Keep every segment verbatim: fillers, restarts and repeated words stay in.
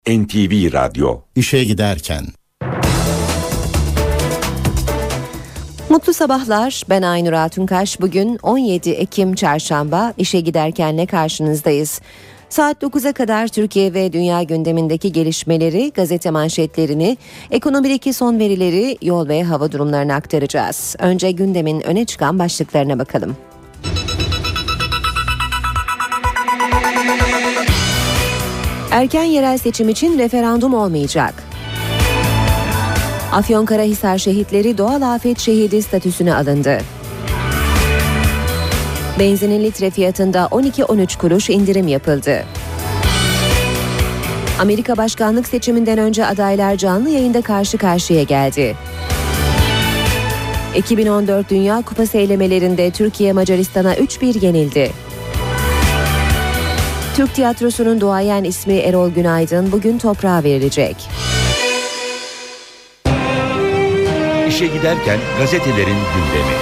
N T V Radyo. İşe giderken. Mutlu sabahlar. Ben Aynur Altunkaş. Bugün on yedi Ekim Çarşamba. İşe giderkenle karşınızdayız. Saat dokuza kadar Türkiye ve dünya gündemindeki gelişmeleri, gazete manşetlerini, ekonomideki son verileri, yol ve hava durumlarını aktaracağız. Önce gündemin öne çıkan başlıklarına bakalım. Erken yerel seçim için referandum olmayacak. Afyonkarahisar şehitleri doğal afet şehidi statüsüne alındı. Benzinin litre fiyatında on iki on üç kuruş indirim yapıldı. Amerika başkanlık seçiminden önce adaylar canlı yayında karşı karşıya geldi. iki bin on dört Dünya Kupası elemelerinde Türkiye Macaristan'a üç bir yenildi. Türk tiyatrosunun duayen ismi Erol Günaydın bugün toprağa verilecek. İşe giderken gazetelerin gündemi.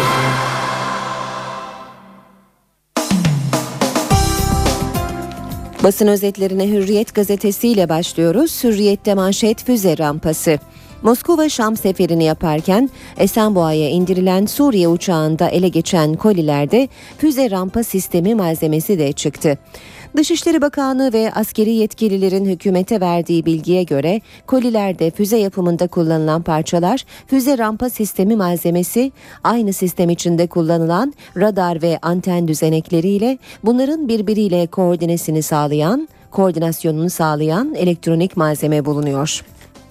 Basın özetlerine Hürriyet gazetesiyle başlıyoruz. Hürriyet'te manşet füze rampası. Moskova-Şam seferini yaparken Esenboğa'ya indirilen Suriye uçağında ele geçen kolilerde füze rampa sistemi malzemesi de çıktı. Dışişleri Bakanlığı ve askeri yetkililerin hükümete verdiği bilgiye göre kolilerde füze yapımında kullanılan parçalar füze rampa sistemi malzemesi, aynı sistem içinde kullanılan radar ve anten düzenekleriyle bunların birbiriyle koordinesini sağlayan, koordinasyonunu sağlayan elektronik malzeme bulunuyor.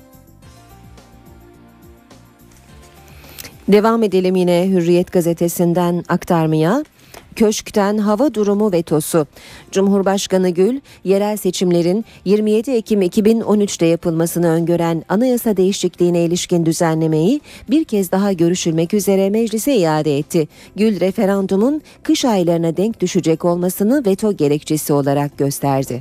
Devam edelim yine Hürriyet gazetesinden aktarmaya. Köşk'ten hava durumu vetosu. Cumhurbaşkanı Gül, yerel seçimlerin yirmi yedi Ekim iki bin on üçte yapılmasını öngören anayasa değişikliğine ilişkin düzenlemeyi bir kez daha görüşülmek üzere meclise iade etti. Gül, referandumun kış aylarına denk düşecek olmasını veto gerekçesi olarak gösterdi.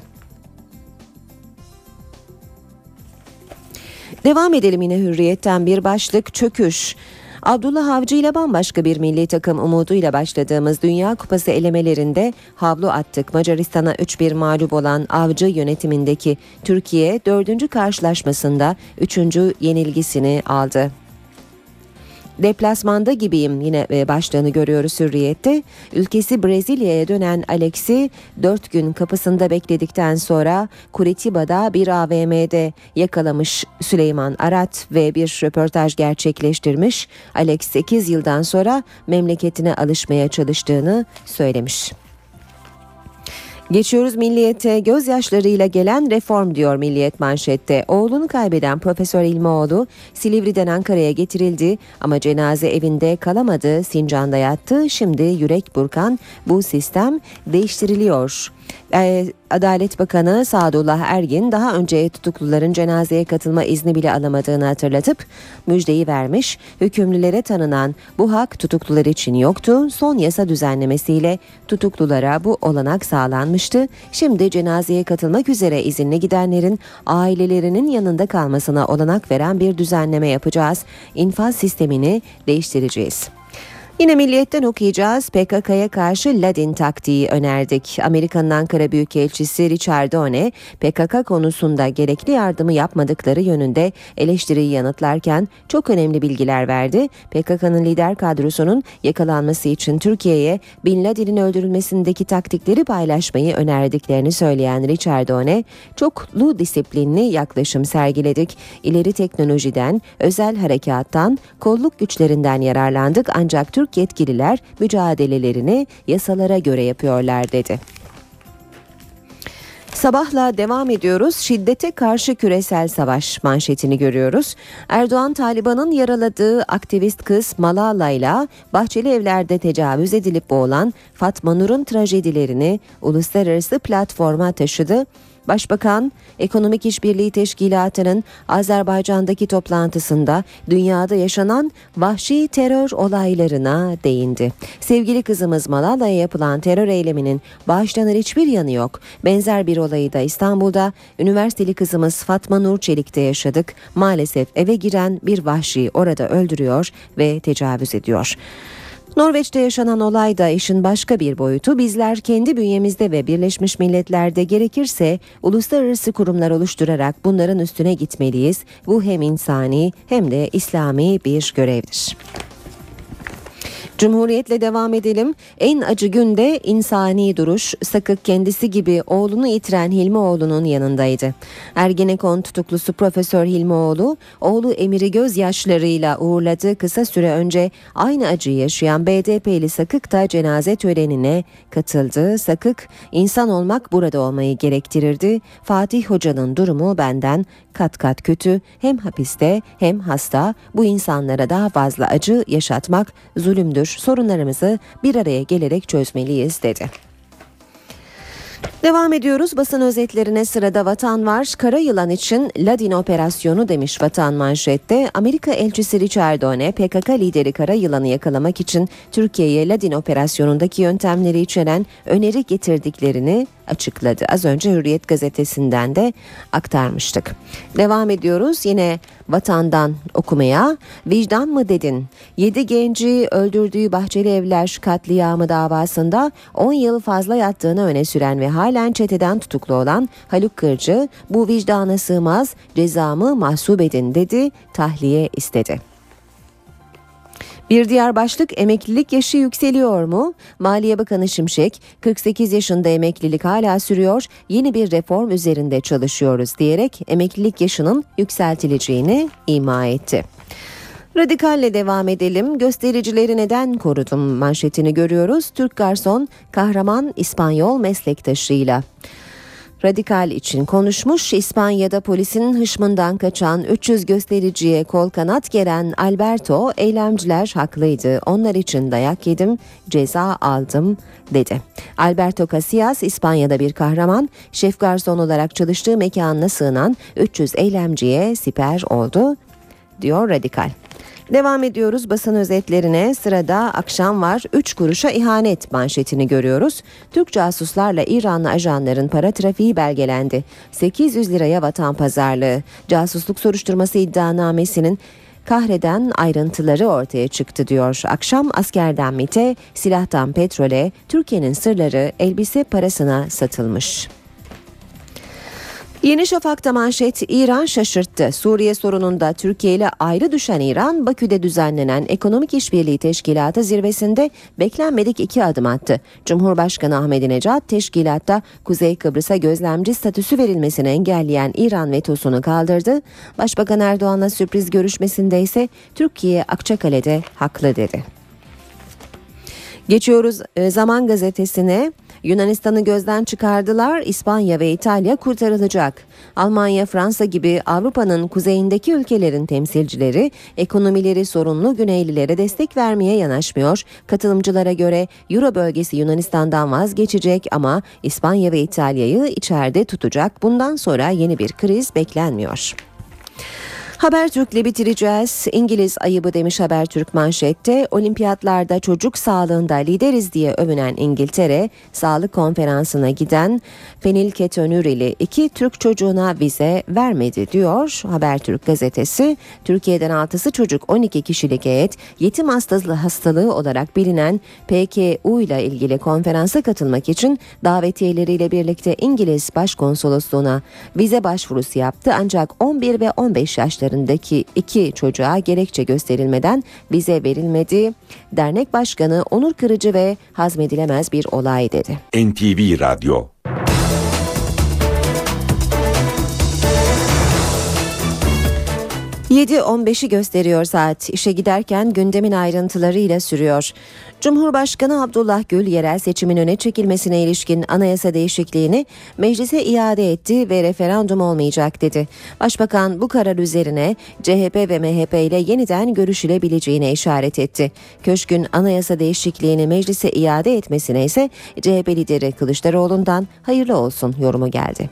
Devam edelim yine Hürriyet'ten bir başlık çöküş. Abdullah Avcı ile bambaşka bir milli takım umuduyla başladığımız Dünya Kupası elemelerinde havlu attık. Macaristan'a üç bir mağlup olan Avcı yönetimindeki Türkiye dördüncü karşılaşmasında üçüncü yenilgisini aldı. Deplasmanda gibiyim yine başlığını görüyoruz Hürriyet'te. Ülkesi Brezilya'ya dönen Alex'i dört gün kapısında bekledikten sonra Curitiba'da bir A V M'de yakalamış Süleyman Arat ve bir röportaj gerçekleştirmiş. Alex sekiz yıldan sonra memleketine alışmaya çalıştığını söylemiş. Geçiyoruz Milliyet'e. Gözyaşlarıyla gelen reform diyor Milliyet manşette. Oğlunu kaybeden Profesör İlmioğlu Silivri'den Ankara'ya getirildi ama cenaze evinde kalamadı, Sincan'da yattı. Şimdi yürek burkan bu sistem değiştiriliyor. Ee, Adalet Bakanı Sadullah Ergin daha önce tutukluların cenazeye katılma izni bile alamadığını hatırlatıp müjdeyi vermiş. Hükümlülere tanınan bu hak tutuklular için yoktu. Son yasa düzenlemesiyle tutuklulara bu olanak sağlanmıştı. Şimdi cenazeye katılmak üzere izinli gidenlerin ailelerinin yanında kalmasına olanak veren bir düzenleme yapacağız. İnfaz sistemini değiştireceğiz. Yine Milliyet'ten okuyacağız. P K K'ya karşı Ladin taktiği önerdik. Amerika'nın Ankara Büyükelçisi Richard One, P K K konusunda gerekli yardımı yapmadıkları yönünde eleştiriyi yanıtlarken çok önemli bilgiler verdi. P K K'nın lider kadrosunun yakalanması için Türkiye'ye Bin Laden'in öldürülmesindeki taktikleri paylaşmayı önerdiklerini söyleyen Richard One, çoklu disiplinli yaklaşım sergiledik. İleri teknolojiden, özel harekattan, kolluk güçlerinden yararlandık ancak Türk yetkililer mücadelelerini yasalara göre yapıyorlar dedi. Sabahla devam ediyoruz. Şiddete karşı küresel savaş manşetini görüyoruz. Erdoğan, Taliban'ın yaraladığı aktivist kız Malala ile Bahçeli Evler'de tecavüz edilip boğulan Fatma Nur'un trajedilerini uluslararası platforma taşıdı. Başbakan, Ekonomik İşbirliği Teşkilatı'nın Azerbaycan'daki toplantısında dünyada yaşanan vahşi terör olaylarına değindi. Sevgili kızımız Malala'ya yapılan terör eyleminin bağışlanır hiçbir yanı yok. Benzer bir olayı da İstanbul'da üniversiteli kızımız Fatma Nur Çelik'te yaşadık. Maalesef eve giren bir vahşi orada öldürüyor ve tecavüz ediyor. Norveç'te yaşanan olay da işin başka bir boyutu. Bizler kendi bünyemizde ve Birleşmiş Milletler'de gerekirse uluslararası kurumlar oluşturarak bunların üstüne gitmeliyiz. Bu hem insani hem de İslami bir görevdir. Cumhuriyetle devam edelim. En acı günde insani duruş Sakık kendisi gibi oğlunu yitiren Hilmioğlu'nun yanındaydı. Ergenekon tutuklusu Profesör Hilmioğlu, oğlu Emir'i gözyaşlarıyla uğurladı. Kısa süre önce aynı acıyı yaşayan B D P'li Sakık da cenaze törenine katıldı. Sakık, insan olmak burada olmayı gerektirirdi. Fatih Hoca'nın durumu benden kat kat kötü. Hem hapiste hem hasta. Bu insanlara daha fazla acı yaşatmak zulümdür. Sorunlarımızı bir araya gelerek çözmeliyiz dedi. Devam ediyoruz. Basın özetlerine sırada Vatan var. Kara yılan için Ladin operasyonu demiş Vatan manşette. Amerika elçisi Richard One, P K K lideri kara yılanı yakalamak için Türkiye'ye Ladin operasyonundaki yöntemleri içeren öneri getirdiklerini açıkladı. Az önce Hürriyet gazetesinden de aktarmıştık. Devam ediyoruz yine Vatan'dan okumaya. Vicdan mı dedin? yedi genci öldürdüğü Bahçeli Evler katliamı davasında on yıl fazla yattığını öne süren ve halen çeteden tutuklu olan Haluk Kırcı, bu vicdana sığmaz, cezamı mahsup edin dedi, tahliye istedi. Bir diğer başlık, emeklilik yaşı yükseliyor mu? Maliye Bakanı Şimşek, kırk sekiz yaşında emeklilik hala sürüyor, yeni bir reform üzerinde çalışıyoruz diyerek emeklilik yaşının yükseltileceğini ima etti. Radikalle devam edelim. Göstericileri neden korudum manşetini görüyoruz. Türk garson kahraman İspanyol meslektaşıyla. Radikal için konuşmuş. İspanya'da polisin hışmından kaçan üç yüz göstericiye kol kanat geren Alberto, eylemciler haklıydı, onlar için dayak yedim, ceza aldım dedi. Alberto Casillas İspanya'da bir kahraman, şef garson olarak çalıştığı mekanına sığınan üç yüz eylemciye siper oldu diyor Radikal. Devam ediyoruz basın özetlerine. Sırada akşam var. üç kuruşa ihanet manşetini görüyoruz. Türk casuslarla İranlı ajanların para trafiği belgelendi. sekiz yüz liraya vatan pazarlığı. Casusluk soruşturması iddianamesinin kahreden ayrıntıları ortaya çıktı diyor. Akşam askerden MİT'e, silahtan petrole, Türkiye'nin sırları elbise parasına satılmış. Yeni Şafak'ta manşet, İran şaşırttı. Suriye sorununda Türkiye ile ayrı düşen İran, Bakü'de düzenlenen Ekonomik İşbirliği Teşkilatı zirvesinde beklenmedik iki adım attı. Cumhurbaşkanı Ahmadinejad teşkilatta Kuzey Kıbrıs'a gözlemci statüsü verilmesini engelleyen İran vetosunu kaldırdı. Başbakan Erdoğan'la sürpriz görüşmesinde ise Türkiye Akçakale'de haklı dedi. Geçiyoruz Zaman Gazetesi'ne. Yunanistan'ı gözden çıkardılar, İspanya ve İtalya kurtarılacak. Almanya, Fransa gibi Avrupa'nın kuzeyindeki ülkelerin temsilcileri ekonomileri sorunlu Güneylilere destek vermeye yanaşmıyor. Katılımcılara göre Euro bölgesi Yunanistan'dan vazgeçecek ama İspanya ve İtalya'yı içeride tutacak. Bundan sonra yeni bir kriz beklenmiyor. Habertürk'le bitireceğiz. İngiliz ayıbı demiş Habertürk manşette. Olimpiyatlarda çocuk sağlığında lideriz diye övünen İngiltere, sağlık konferansına giden fenilketonurili iki Türk çocuğuna vize vermedi diyor Habertürk gazetesi. Türkiye'den altısı çocuk, on iki kişilik heyet yetim hastalığı hastalığı olarak bilinen P K U ile ilgili konferansa katılmak için davetiyeleriyle birlikte İngiliz Başkonsolosluğuna vize başvurusu yaptı. Ancak on bir ve on beş yaşlarındaki iki çocuğa gerekçe gösterilmeden vize verilmedi. Dernek Başkanı onur kırıcı ve hazmedilemez bir olay dedi. N T V Radyo. yedi on beşi gösteriyor saat. İşe giderken gündemin ayrıntılarıyla sürüyor. Cumhurbaşkanı Abdullah Gül yerel seçimin öne çekilmesine ilişkin anayasa değişikliğini meclise iade etti ve referandum olmayacak dedi. Başbakan bu karar üzerine C H P ve M H P ile yeniden görüşülebileceğine işaret etti. Köşk'ün anayasa değişikliğini meclise iade etmesine ise C H P lideri Kılıçdaroğlu'ndan hayırlı olsun yorumu geldi.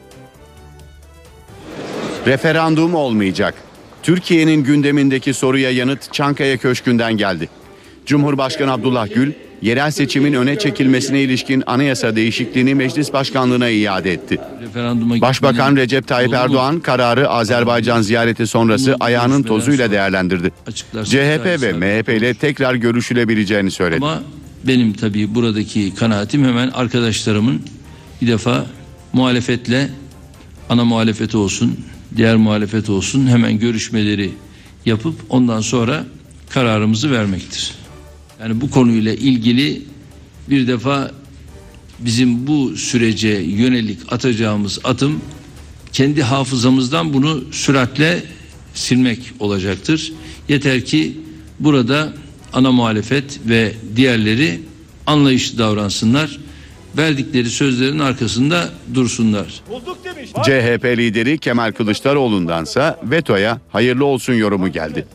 Referandum olmayacak. Türkiye'nin gündemindeki soruya yanıt Çankaya Köşkü'nden geldi. Cumhurbaşkanı Abdullah Gül, yerel seçimin öne çekilmesine ilişkin anayasa değişikliğini meclis başkanlığına iade etti. Başbakan Recep Tayyip Erdoğan kararı Azerbaycan ziyareti sonrası ayağının tozuyla değerlendirdi. C H P ve M H P ile tekrar görüşülebileceğini söyledi. Ama benim tabii buradaki kanaatim hemen arkadaşlarımın bir defa muhalefetle, ana muhalefeti olsun, diğer muhalefet olsun, hemen görüşmeleri yapıp ondan sonra kararımızı vermektir. Yani bu konuyla ilgili bir defa bizim bu sürece yönelik atacağımız adım kendi hafızamızdan bunu süratle silmek olacaktır. Yeter ki burada ana muhalefet ve diğerleri anlayışlı davransınlar. Verdikleri sözlerin arkasında dursunlar. C H P lideri Kemal Kılıçdaroğlu'ndansa vetoya hayırlı olsun yorumu geldi.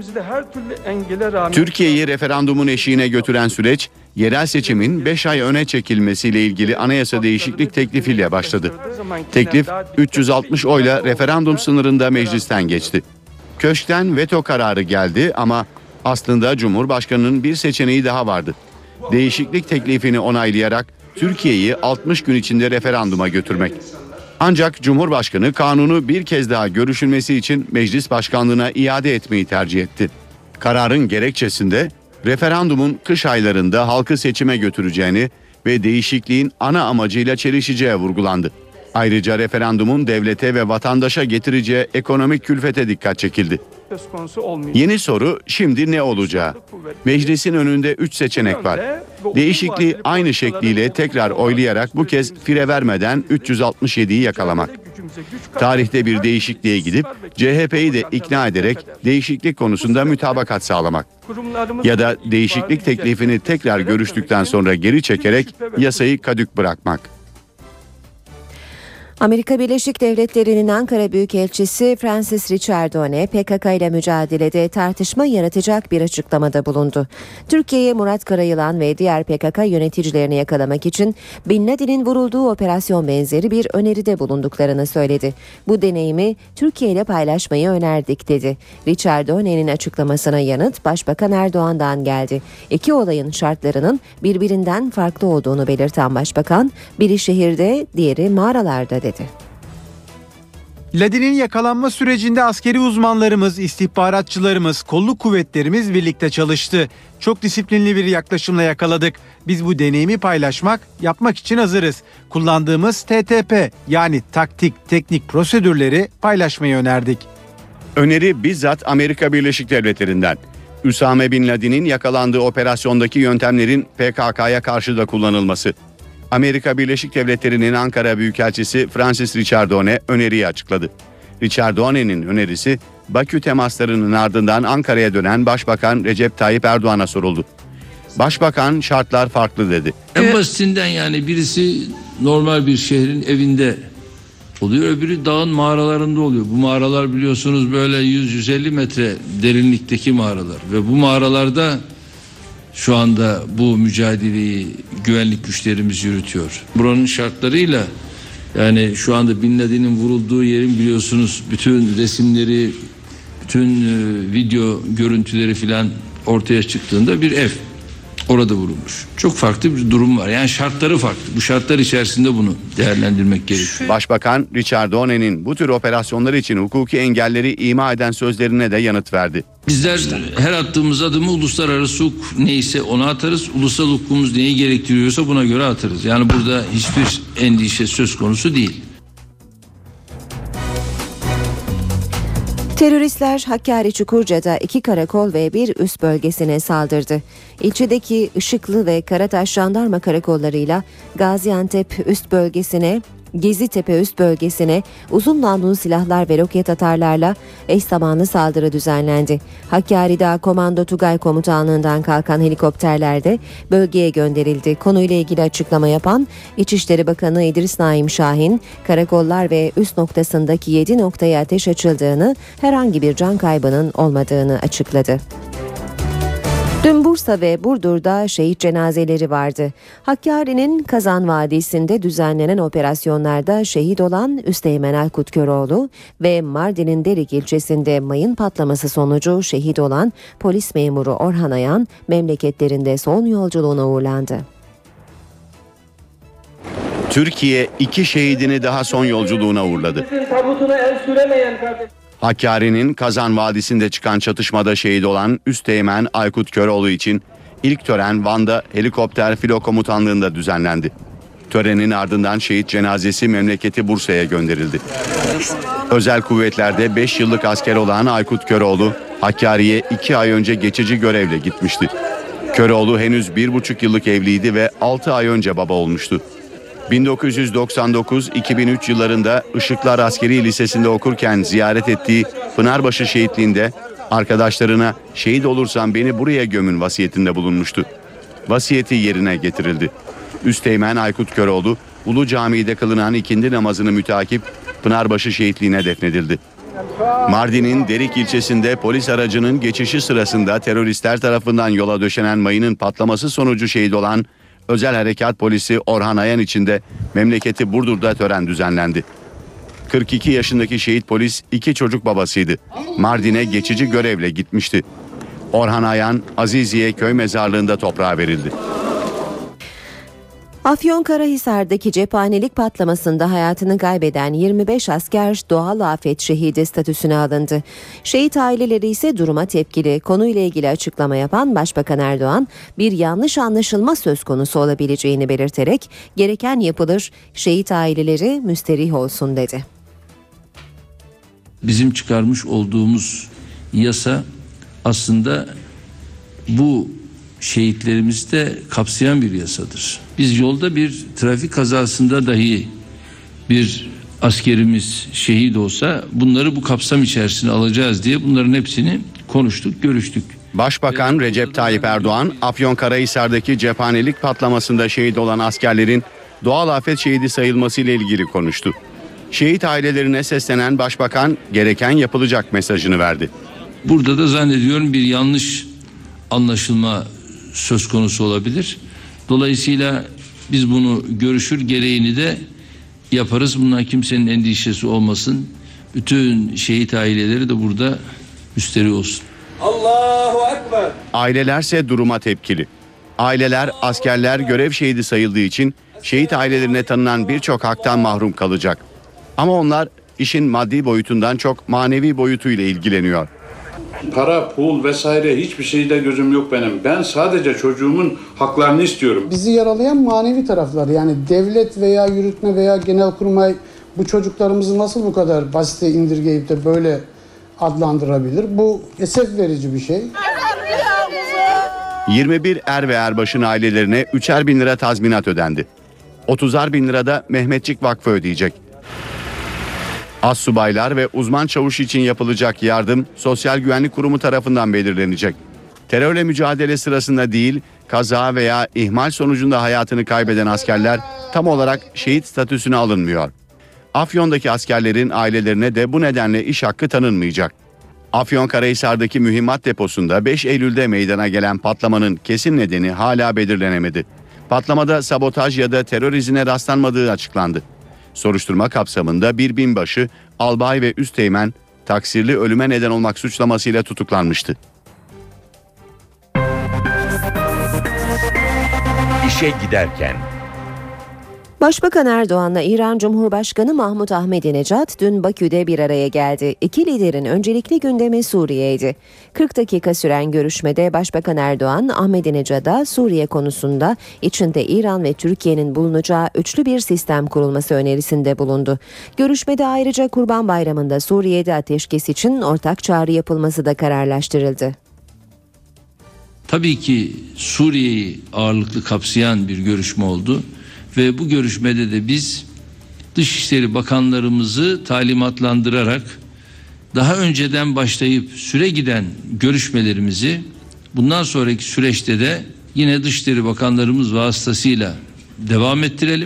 Türkiye'yi referandumun eşiğine götüren süreç, yerel seçimin beş ay öne çekilmesiyle ilgili anayasa değişiklik teklifiyle başladı. Teklif üç yüz altmış oyla referandum sınırında meclisten geçti. Köşkten veto kararı geldi ama aslında Cumhurbaşkanı'nın bir seçeneği daha vardı. Değişiklik teklifini onaylayarak Türkiye'yi altmış gün içinde referanduma götürmek. Ancak Cumhurbaşkanı kanunu bir kez daha görüşülmesi için meclis başkanlığına iade etmeyi tercih etti. Kararın gerekçesinde referandumun kış aylarında halkı seçime götüreceğini ve değişikliğin ana amacıyla çelişeceği vurgulandı. Ayrıca referandumun devlete ve vatandaşa getireceği ekonomik külfete dikkat çekildi. Yeni soru şimdi ne olacağı? Meclisin önünde üç seçenek var. Değişikliği aynı şekliyle tekrar oylayarak bu kez fire vermeden üç yüz altmış yediyi yakalamak. Tarihte bir değişikliğe gidip C H P'yi de ikna ederek değişiklik konusunda mütabakat sağlamak. Ya da değişiklik teklifini tekrar görüştükten sonra geri çekerek yasayı kadük bırakmak. Amerika Birleşik Devletleri'nin Ankara Büyükelçisi Francis Ricciardone, P K K ile mücadelede tartışma yaratacak bir açıklamada bulundu. Türkiye'ye Murat Karayılan ve diğer P K K yöneticilerini yakalamak için Bin Laden'in vurulduğu operasyon benzeri bir öneride bulunduklarını söyledi. Bu deneyimi Türkiye ile paylaşmayı önerdik dedi. Ricciardone'nin açıklamasına yanıt Başbakan Erdoğan'dan geldi. İki olayın şartlarının birbirinden farklı olduğunu belirten Başbakan, biri şehirde, diğeri mağaralarda dedi. Laden'in yakalanma sürecinde askeri uzmanlarımız, istihbaratçılarımız, kolluk kuvvetlerimiz birlikte çalıştı. Çok disiplinli bir yaklaşımla yakaladık. Biz bu deneyimi paylaşmak, yapmak için hazırız. Kullandığımız T T P yani taktik, teknik prosedürleri paylaşmayı önerdik. Öneri bizzat Amerika Birleşik Devletleri'nden. Üsame Bin Laden'in yakalandığı operasyondaki yöntemlerin P K K'ya karşı da kullanılması. Amerika Birleşik Devletleri'nin Ankara Büyükelçisi Francis Ricciardone öneriyi açıkladı. Ricciardone'nin önerisi Bakü temaslarının ardından Ankara'ya dönen Başbakan Recep Tayyip Erdoğan'a soruldu. Başbakan şartlar farklı dedi. En basitinden yani birisi normal bir şehrin evinde oluyor, öbürü dağın mağaralarında oluyor. Bu mağaralar biliyorsunuz böyle yüz yüz elli metre derinlikteki mağaralar ve bu mağaralarda şu anda bu mücadeleyi güvenlik güçlerimiz yürütüyor. Buranın şartlarıyla yani şu anda Bin Laden'in vurulduğu yerin biliyorsunuz bütün resimleri, bütün e, video görüntüleri filan ortaya çıktığında bir ev orada vurulmuş. Çok farklı bir durum var. Yani şartları farklı. Bu şartlar içerisinde bunu değerlendirmek gerekiyor. Başbakan Ricciardone'nin bu tür operasyonlar için hukuki engelleri ima eden sözlerine de yanıt verdi. Bizler her attığımız adımı uluslararası hukuk neyse ona atarız. Ulusal hukukumuz neyi gerektiriyorsa buna göre atarız. Yani burada hiçbir endişe söz konusu değil. Teröristler Hakkari Çukurca'da iki karakol ve bir üst bölgesine saldırdı. İlçedeki Işıklı ve Karataş Jandarma karakollarıyla Gaziantep üst bölgesine, Gezitepe üst bölgesine uzun namlulu silahlar ve roket atarlarla eş zamanlı saldırı düzenlendi. Hakkari'de Komando Tugay Komutanlığı'ndan kalkan helikopterler de bölgeye gönderildi. Konuyla ilgili açıklama yapan İçişleri Bakanı İdris Naim Şahin, karakollar ve üst noktasındaki yedi noktaya ateş açıldığını, herhangi bir can kaybının olmadığını açıkladı. Dün Bursa ve Burdur'da şehit cenazeleri vardı. Hakkari'nin Kazan Vadisi'nde düzenlenen operasyonlarda şehit olan Üsteğmen Aykut Köroğlu ve Mardin'in Derik ilçesinde mayın patlaması sonucu şehit olan polis memuru Orhan Ayan memleketlerinde son yolculuğuna uğurlandı. Türkiye iki şehidini daha son yolculuğuna uğurladı. Hakkari'nin Kazan Vadisi'nde çıkan çatışmada şehit olan Üsteğmen Aykut Köroğlu için ilk tören Van'da Helikopter Filo Komutanlığı'nda düzenlendi. Törenin ardından şehit cenazesi memleketi Bursa'ya gönderildi. Özel kuvvetlerde beş yıllık asker olan Aykut Köroğlu, Hakkari'ye iki ay önce geçici görevle gitmişti. Köroğlu henüz bir buçuk yıllık evliydi ve altı ay önce baba olmuştu. bin dokuz yüz doksan dokuz iki bin üç yıllarında Işıklar Askeri Lisesi'nde okurken ziyaret ettiği Pınarbaşı şehitliğinde arkadaşlarına "Şehit olursam beni buraya gömün" vasiyetinde bulunmuştu. Vasiyeti yerine getirildi. Üsteğmen Aykut Köroğlu, Ulu Cami'de kılınan ikindi namazını müteakip Pınarbaşı şehitliğine defnedildi. Mardin'in Derik ilçesinde polis aracının geçişi sırasında teröristler tarafından yola döşenen mayının patlaması sonucu şehit olan Özel Harekat Polisi Orhan Ayan için de memleketi Burdur'da tören düzenlendi. kırk iki yaşındaki şehit polis iki çocuk babasıydı. Mardin'e geçici görevle gitmişti. Orhan Ayan, Aziziye köy mezarlığında toprağa verildi. Afyonkarahisar'daki cephanelik patlamasında hayatını kaybeden yirmi beş asker doğal afet şehidi statüsüne alındı. Şehit aileleri ise duruma tepkili. Konuyla ilgili açıklama yapan Başbakan Erdoğan, bir yanlış anlaşılma söz konusu olabileceğini belirterek gereken yapılır, şehit aileleri müsterih olsun dedi. Bizim çıkarmış olduğumuz yasa aslında bu şehitlerimizi de kapsayan bir yasadır. Biz yolda bir trafik kazasında dahi bir askerimiz şehit olsa bunları bu kapsam içerisine alacağız diye bunların hepsini konuştuk, görüştük. Başbakan Recep Tayyip Erdoğan, Afyonkarahisar'daki cephanelik patlamasında şehit olan askerlerin doğal afet şehidi sayılması ile ilgili konuştu. Şehit ailelerine seslenen Başbakan gereken yapılacak mesajını verdi. Burada da zannediyorum bir yanlış anlaşılma söz konusu olabilir. Dolayısıyla biz bunu görüşür, gereğini de yaparız. Bundan kimsenin endişesi olmasın. Bütün şehit aileleri de burada müsterih olsun. Allahu Ekber. Ailelerse duruma tepkili. Aileler askerler görev şehidi sayıldığı için şehit ailelerine tanınan birçok haktan mahrum kalacak. Ama onlar işin maddi boyutundan çok manevi boyutuyla ilgileniyor. Para, pul vesaire hiçbir şeyde gözüm yok benim. Ben sadece çocuğumun haklarını istiyorum. Bizi yaralayan manevi taraflar, yani devlet veya yürütme veya genelkurmay bu çocuklarımızı nasıl bu kadar basite indirgeyip de böyle adlandırabilir? Bu esef verici bir şey. yirmi bir er ve erbaşın ailelerine üçer bin lira tazminat ödendi. otuzar bin lira da Mehmetçik Vakfı ödeyecek. Astsubaylar ve uzman çavuş için yapılacak yardım Sosyal Güvenlik Kurumu tarafından belirlenecek. Terörle mücadele sırasında değil, kaza veya ihmal sonucunda hayatını kaybeden askerler tam olarak şehit statüsüne alınmıyor. Afyon'daki askerlerin ailelerine de bu nedenle iş hakkı tanınmayacak. Afyonkarahisar'daki mühimmat deposunda beş Eylül'de meydana gelen patlamanın kesin nedeni hala belirlenemedi. Patlamada sabotaj ya da terör izine rastlanmadığı açıklandı. Soruşturma kapsamında bir binbaşı, albay ve üsteğmen taksirli ölüme neden olmak suçlamasıyla tutuklanmıştı. İşe giderken. Başbakan Erdoğan'la İran Cumhurbaşkanı Mahmut Ahmadinejad dün Bakü'de bir araya geldi. İki liderin öncelikli gündemi Suriye'ydi. kırk dakika süren görüşmede Başbakan Erdoğan, Ahmadinejad'a Suriye konusunda içinde İran ve Türkiye'nin bulunacağı üçlü bir sistem kurulması önerisinde bulundu. Görüşmede ayrıca Kurban Bayramı'nda Suriye'de ateşkes için ortak çağrı yapılması da kararlaştırıldı. Tabii ki Suriye'yi ağırlıklı kapsayan bir görüşme oldu. Ve bu görüşmede de biz Dışişleri Bakanlarımızı talimatlandırarak daha önceden başlayıp süre giden görüşmelerimizi bundan sonraki süreçte de yine Dışişleri Bakanlarımız vasıtasıyla devam ettirelim.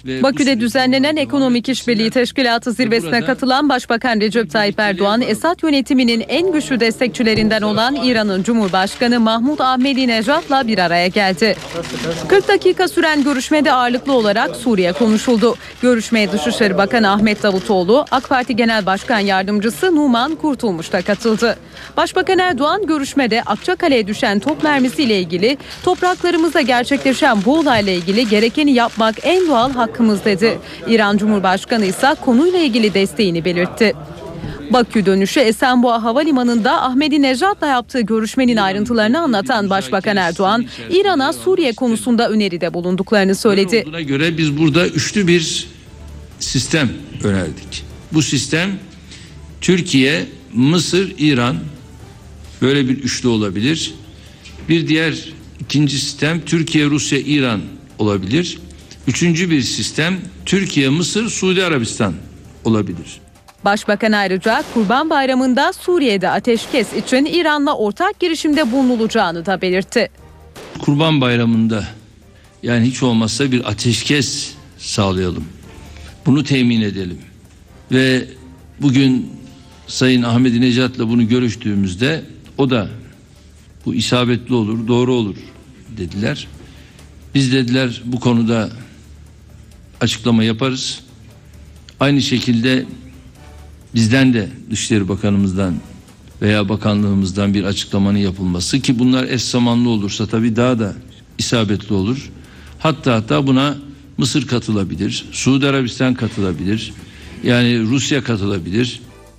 Bakü'de düzenlenen Ekonomik İşbirliği Teşkilatı zirvesine katılan Başbakan Recep Tayyip Erdoğan, Esad yönetiminin en güçlü destekçilerinden olan İran'ın Cumhurbaşkanı Mahmut Ahmedinejad'la bir araya geldi. kırk dakika süren görüşmede ağırlıklı olarak Suriye konuşuldu. Görüşmeye Dışişleri Bakanı Ahmet Davutoğlu, AK Parti Genel Başkan Yardımcısı Numan Kurtulmuş da katıldı. Başbakan Erdoğan görüşmede Akçakale'ye düşen top mermisiyle ilgili, topraklarımızda gerçekleşen bu olayla ilgili gerekeni yapmak en doğal hakkımız dedi. İran Cumhurbaşkanı ise konuyla ilgili desteğini belirtti. Bakü dönüşü Esenboğa Havalimanı'nda Ahmedinejad'la yaptığı görüşmenin ayrıntılarını anlatan Başbakan Erdoğan, İran'a Suriye konusunda öneride bulunduklarını söyledi. Buna göre biz burada üçlü bir sistem önerdik. Bu sistem Türkiye, Mısır, İran, böyle bir üçlü olabilir. Bir diğer ikinci sistem Türkiye, Rusya, İran olabilir. Üçüncü bir sistem Türkiye, Mısır, Suudi Arabistan olabilir. Başbakan ayrıca Kurban Bayramı'nda Suriye'de ateşkes için İran'la ortak girişimde bulunulacağını da belirtti. Kurban Bayramı'nda yani hiç olmazsa bir ateşkes sağlayalım. Bunu temin edelim. Ve bugün Sayın Ahmedinejad'la bunu görüştüğümüzde o da bu isabetli olur, doğru olur dediler. Biz dediler bu konuda açıklama yaparız. Aynı şekilde bizden de Dışişleri Bakanımızdan veya bakanlığımızdan bir açıklamanın yapılması, ki bunlar eş zamanlı olursa tabii daha da isabetli olur. Hatta hatta buna Mısır katılabilir, Suudi Arabistan katılabilir, yani Rusya katılabilir.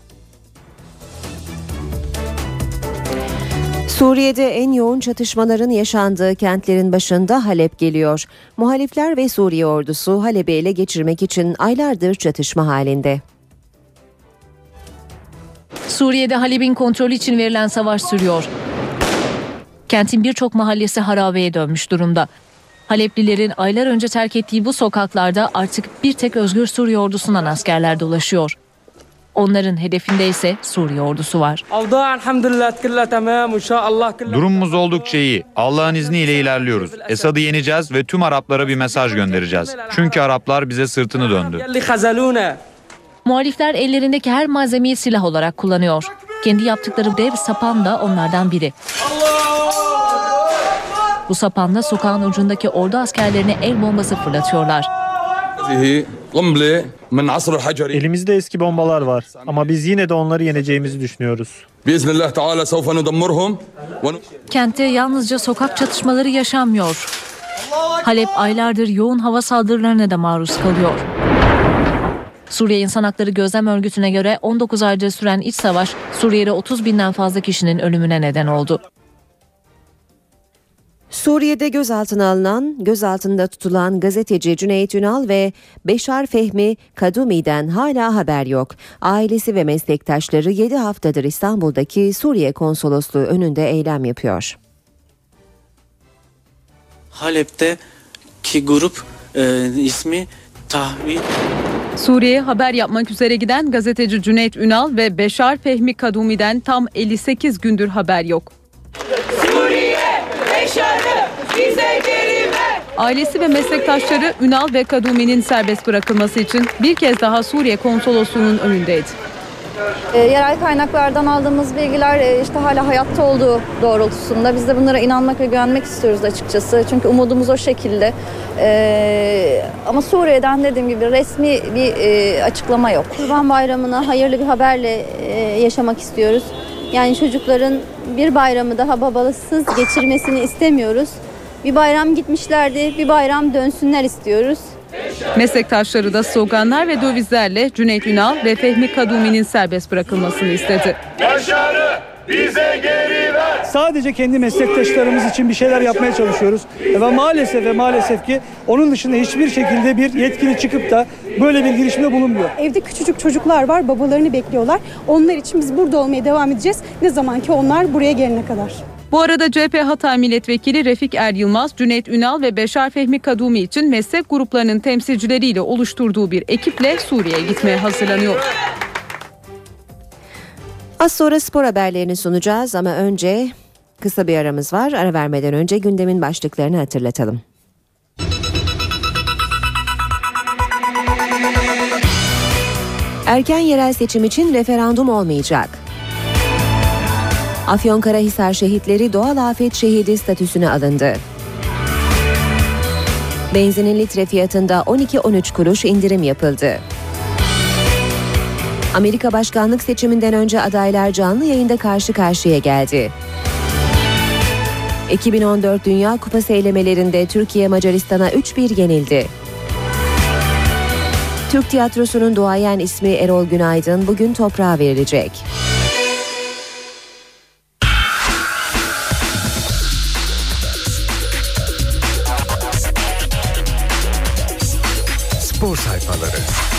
Suriye'de en yoğun çatışmaların yaşandığı kentlerin başında Halep geliyor. Muhalifler ve Suriye ordusu Halep'i ele geçirmek için aylardır çatışma halinde. Suriye'de Halep'in kontrolü için verilen savaş sürüyor. Kentin birçok mahallesi harabeye dönmüş durumda. Haleplilerin aylar önce terk ettiği bu sokaklarda artık bir tek Özgür Suriye ordusundan askerler dolaşıyor. Onların hedefinde ise Suriye ordusu var. Durumumuz oldukça iyi. Allah'ın izniyle ilerliyoruz. Esad'ı yeneceğiz ve tüm Araplara bir mesaj göndereceğiz. Çünkü Araplar bize sırtını döndü. Muhalifler ellerindeki her malzemeyi silah olarak kullanıyor. Kendi yaptıkları dev sapan da onlardan biri. Bu sapanla sokağın ucundaki ordu askerlerine el bombası fırlatıyorlar. Elimizde eski bombalar var ama biz yine de onları yeneceğimizi düşünüyoruz. Kentte yalnızca sokak çatışmaları yaşanmıyor. Halep aylardır yoğun hava saldırılarına da maruz kalıyor. Suriye İnsan Hakları Gözlem Örgütü'ne göre on dokuz aydır süren iç savaş Suriye'de otuz binden fazla kişinin ölümüne neden oldu. Suriye'de gözaltına alınan, gözaltında tutulan gazeteci Cüneyt Ünal ve Beşar Fehmi Kadumi'den hala haber yok. Ailesi ve meslektaşları yedi haftadır İstanbul'daki Suriye Konsolosluğu önünde eylem yapıyor. Halep'teki grup e, ismi Tahvil. Suriye'ye haber yapmak üzere giden gazeteci Cüneyt Ünal ve Beşar Fehmi Kadumi'den tam elli sekiz gündür haber yok. Suriye, Beşar'ı bize geri ver. Ailesi ve meslektaşları Ünal ve Kadumi'nin serbest bırakılması için bir kez daha Suriye Konsolosluğu'nun önündeydi. E, yerel kaynaklardan aldığımız bilgiler e, işte hala hayatta olduğu doğrultusunda. Biz de bunlara inanmak ve güvenmek istiyoruz açıkçası. Çünkü umudumuz o şekilde. E, ama Suriye'den dediğim gibi resmi bir e, açıklama yok. Kurban Bayramı'na hayırlı bir haberle e, yaşamak istiyoruz. Yani çocukların bir bayramı daha babasız geçirmesini istemiyoruz. Bir bayram gitmişlerdi, bir bayram dönsünler istiyoruz. Meslektaşları da sloganlar ve dövizlerle Cüneyt Ünal ve Fehmi Kadumi'nin serbest bırakılmasını istedi. Beşar'ı bize geri ver. Sadece kendi meslektaşlarımız için bir şeyler yapmaya çalışıyoruz. Ve maalesef ve maalesef ki onun dışında hiçbir şekilde bir yetkili çıkıp da böyle bir girişimde bulunmuyor. Evde küçücük çocuklar var, babalarını bekliyorlar. Onlar için biz burada olmaya devam edeceğiz. Ne zaman ki onlar buraya gelene kadar. Bu arada C H P Hatay Milletvekili Refik Er Yılmaz, Cüneyt Ünal ve Beşar Fehmi Kadumi için meslek gruplarının temsilcileriyle oluşturduğu bir ekiple Suriye'ye gitmeye hazırlanıyor. Az sonra spor haberlerini sunacağız ama önce kısa bir aramız var. Ara vermeden önce gündemin başlıklarını hatırlatalım. Erken yerel seçim için referandum olmayacak. Afyonkarahisar şehitleri doğal afet şehidi statüsüne alındı. Benzinin litre fiyatında on iki on üç kuruş indirim yapıldı. Amerika başkanlık seçiminden önce adaylar canlı yayında karşı karşıya geldi. iki bin on dört Dünya Kupası elemelerinde Türkiye Macaristan'a üç bir yenildi. Türk tiyatrosunun duayen ismi Erol Günaydın bugün toprağa verilecek. Spor sayfaları.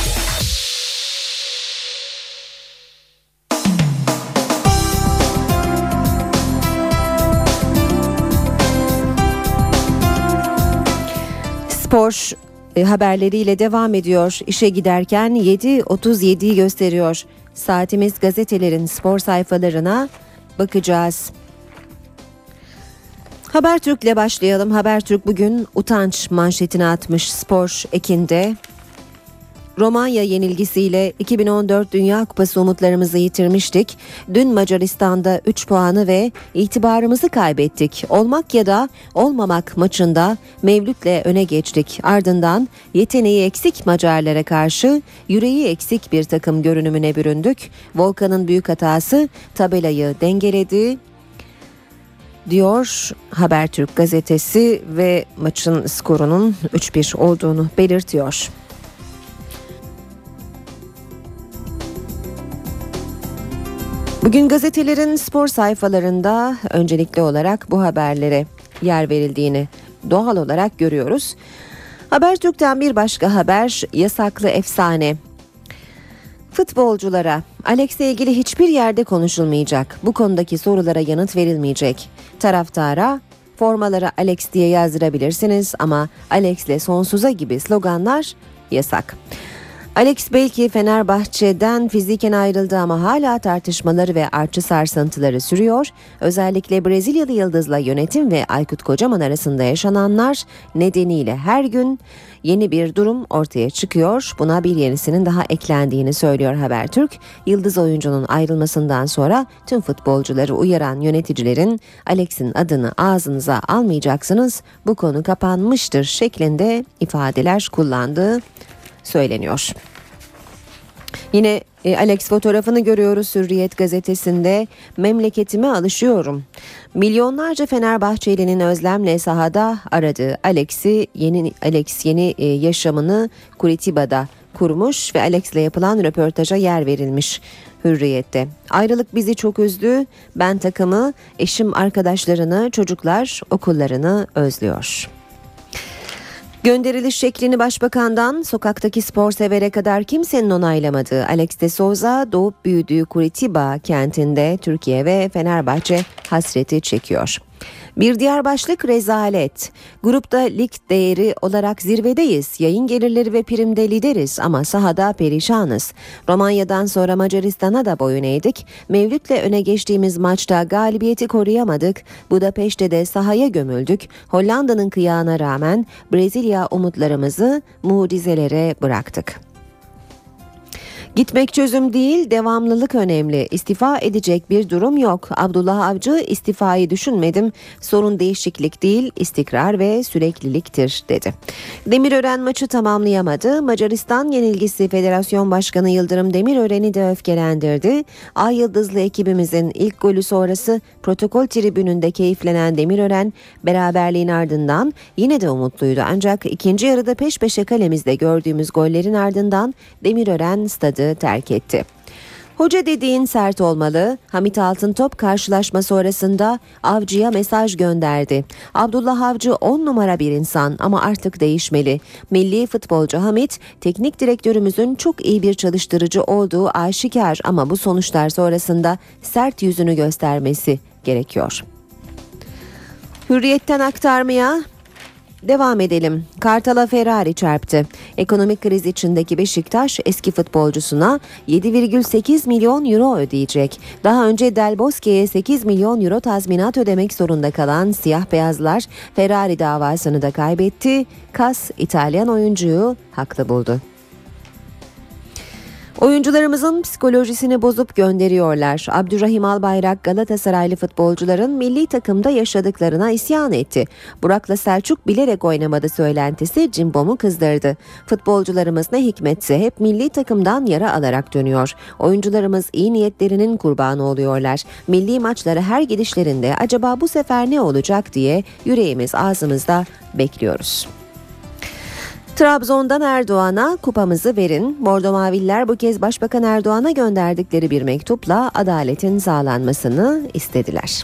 Spor e, haberleriyle devam ediyor. İşe giderken yedi otuz yediyi gösteriyor. Saatimiz gazetelerin spor sayfalarına bakacağız. Habertürk'le başlayalım. Habertürk bugün utanç manşetini atmış Spor ekinde. Romanya yenilgisiyle iki bin on dört Dünya Kupası umutlarımızı yitirmiştik. Dün Macaristan'da üç puanı ve itibarımızı kaybettik. Olmak ya da olmamak maçında Mevlüt'le öne geçtik. Ardından yeteneği eksik Macarlara karşı yüreği eksik bir takım görünümüne büründük. Volkan'ın büyük hatası tabelayı dengeledi diyor Habertürk gazetesi ve maçın skorunun üç bir olduğunu belirtiyor. Bugün gazetelerin spor sayfalarında öncelikli olarak bu haberlere yer verildiğini doğal olarak görüyoruz. Habertürk'ten bir başka haber yasaklı efsane. Futbolculara Alex'le ilgili hiçbir yerde konuşulmayacak. Bu konudaki sorulara yanıt verilmeyecek. Taraftara formalara Alex diye yazdırabilirsiniz ama Alex'le sonsuza gibi sloganlar yasak. Alex belki Fenerbahçe'den fiziken ayrıldı ama hala tartışmaları ve artçı sarsıntıları sürüyor. Özellikle Brezilyalı yıldızla yönetim ve Aykut Kocaman arasında yaşananlar nedeniyle her gün yeni bir durum ortaya çıkıyor. Buna bir yenisinin daha eklendiğini söylüyor Habertürk. Yıldız oyuncunun ayrılmasından sonra tüm futbolcuları uyaran yöneticilerin Alex'in adını ağzınıza almayacaksınız, bu konu kapanmıştır şeklinde ifadeler kullandığı söyleniyor. Yine e, Alex fotoğrafını görüyoruz Hürriyet gazetesinde. Memleketime alışıyorum. Milyonlarca Fenerbahçeli'nin özlemle sahada aradığı Alex'i yeni Alex yeni e, yaşamını Curitiba'da kurmuş ve Alex'le yapılan röportaja yer verilmiş Hürriyet'te. Ayrılık bizi çok üzdü. Ben takımı, eşim arkadaşlarını, çocuklar okullarını özlüyor. Gönderiliş şeklini başbakandan sokaktaki spor severe kadar kimsenin onaylamadığı Alex de Souza doğup büyüdüğü Curitiba kentinde Türkiye ve Fenerbahçe hasreti çekiyor. Bir diğer başlık rezalet. Grupta lig değeri olarak zirvedeyiz. Yayın gelirleri ve primde lideriz ama sahada perişanız. Romanya'dan sonra Macaristan'a da boyun eğdik. Mevlüt'le öne geçtiğimiz maçta galibiyeti koruyamadık. Budapeşte de sahaya gömüldük. Hollanda'nın kıyağına rağmen Brezilya umutlarımızı mucizelere bıraktık. Gitmek çözüm değil, devamlılık önemli. İstifa edecek bir durum yok. Abdullah Avcı istifayı düşünmedim. Sorun değişiklik değil, istikrar ve sürekliliktir dedi. Demirören maçı tamamlayamadı. Macaristan yenilgisi Federasyon Başkanı Yıldırım Demirören'i de öfkelendirdi. Ay Yıldızlı ekibimizin ilk golü sonrası protokol tribününde keyiflenen Demirören beraberliğin ardından yine de umutluydu. Ancak ikinci yarıda peş peşe kalemizde gördüğümüz gollerin ardından Demirören stadı terk etti. Hoca dediğin sert olmalı. Hamit Altıntop karşılaşma sonrasında Avcı'ya mesaj gönderdi. Abdullah Avcı on numara bir insan ama artık değişmeli. Milli futbolcu Hamit, teknik direktörümüzün çok iyi bir çalıştırıcı olduğu aşikar ama bu sonuçlar sonrasında sert yüzünü göstermesi gerekiyor. Hürriyet'ten aktarmaya devam edelim. Kartal'a Ferrari çarptı. Ekonomik kriz içindeki Beşiktaş eski futbolcusuna yedi virgül sekiz milyon euro ödeyecek. Daha önce Del Bosque'ye sekiz milyon euro tazminat ödemek zorunda kalan siyah beyazlar Ferrari davasını da kaybetti. Kas İtalyan oyuncuyu haklı buldu. Oyuncularımızın psikolojisini bozup gönderiyorlar. Abdurrahim Albayrak Galatasaraylı futbolcuların milli takımda yaşadıklarına isyan etti. Burak'la Selçuk bilerek oynamadı söylentisi Cimbom'u kızdırdı. Futbolcularımız ne hikmetse hep milli takımdan yara alarak dönüyor. Oyuncularımız iyi niyetlerinin kurbanı oluyorlar. Milli maçlara her gidişlerinde acaba bu sefer ne olacak diye yüreğimiz ağzımızda bekliyoruz. Trabzon'dan Erdoğan'a kupamızı verin. Bordo Maviller bu kez Başbakan Erdoğan'a gönderdikleri bir mektupla adaletin sağlanmasını istediler.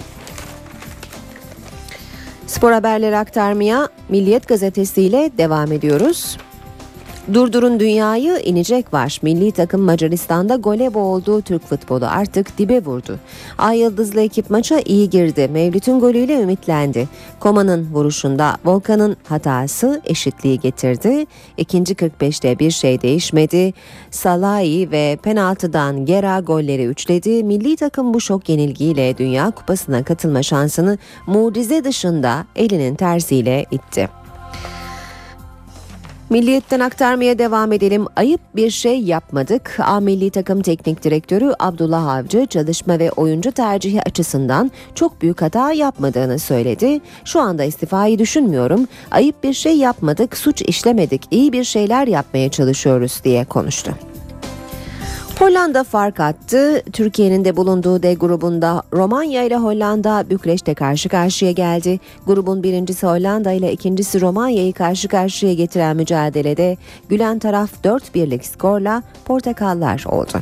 Spor haberleri aktarmaya Milliyet gazetesiyle devam ediyoruz. Durdurun dünyayı, inecek var. Milli takım Macaristan'da gole boğuldu. Türk futbolu artık dibe vurdu. Ay Yıldızlı ekip maça iyi girdi. Mevlüt'ün golüyle ümitlendi. Koma'nın vuruşunda Volkan'ın hatası eşitliği getirdi. İkinci kırk beşte bir şey değişmedi. Salahi ve penaltıdan Gera golleri üçledi. Milli takım bu şok yenilgiyle Dünya Kupası'na katılma şansını mucize dışında elinin tersiyle itti. Milliyet'ten aktarmaya devam edelim. Ayıp bir şey yapmadık. A Milli Takım Teknik Direktörü Abdullah Avcı çalışma ve oyuncu tercihi açısından çok büyük hata yapmadığını söyledi. Şu anda istifayı düşünmüyorum. Ayıp bir şey yapmadık, suç işlemedik, iyi bir şeyler yapmaya çalışıyoruz diye konuştu. Hollanda fark attı. Türkiye'nin de bulunduğu D grubunda Romanya ile Hollanda Bükreş'te karşı karşıya geldi. Grubun birincisi Hollanda ile ikincisi Romanya'yı karşı karşıya getiren mücadelede gülen taraf dört birlik skorla Portakallar oldu.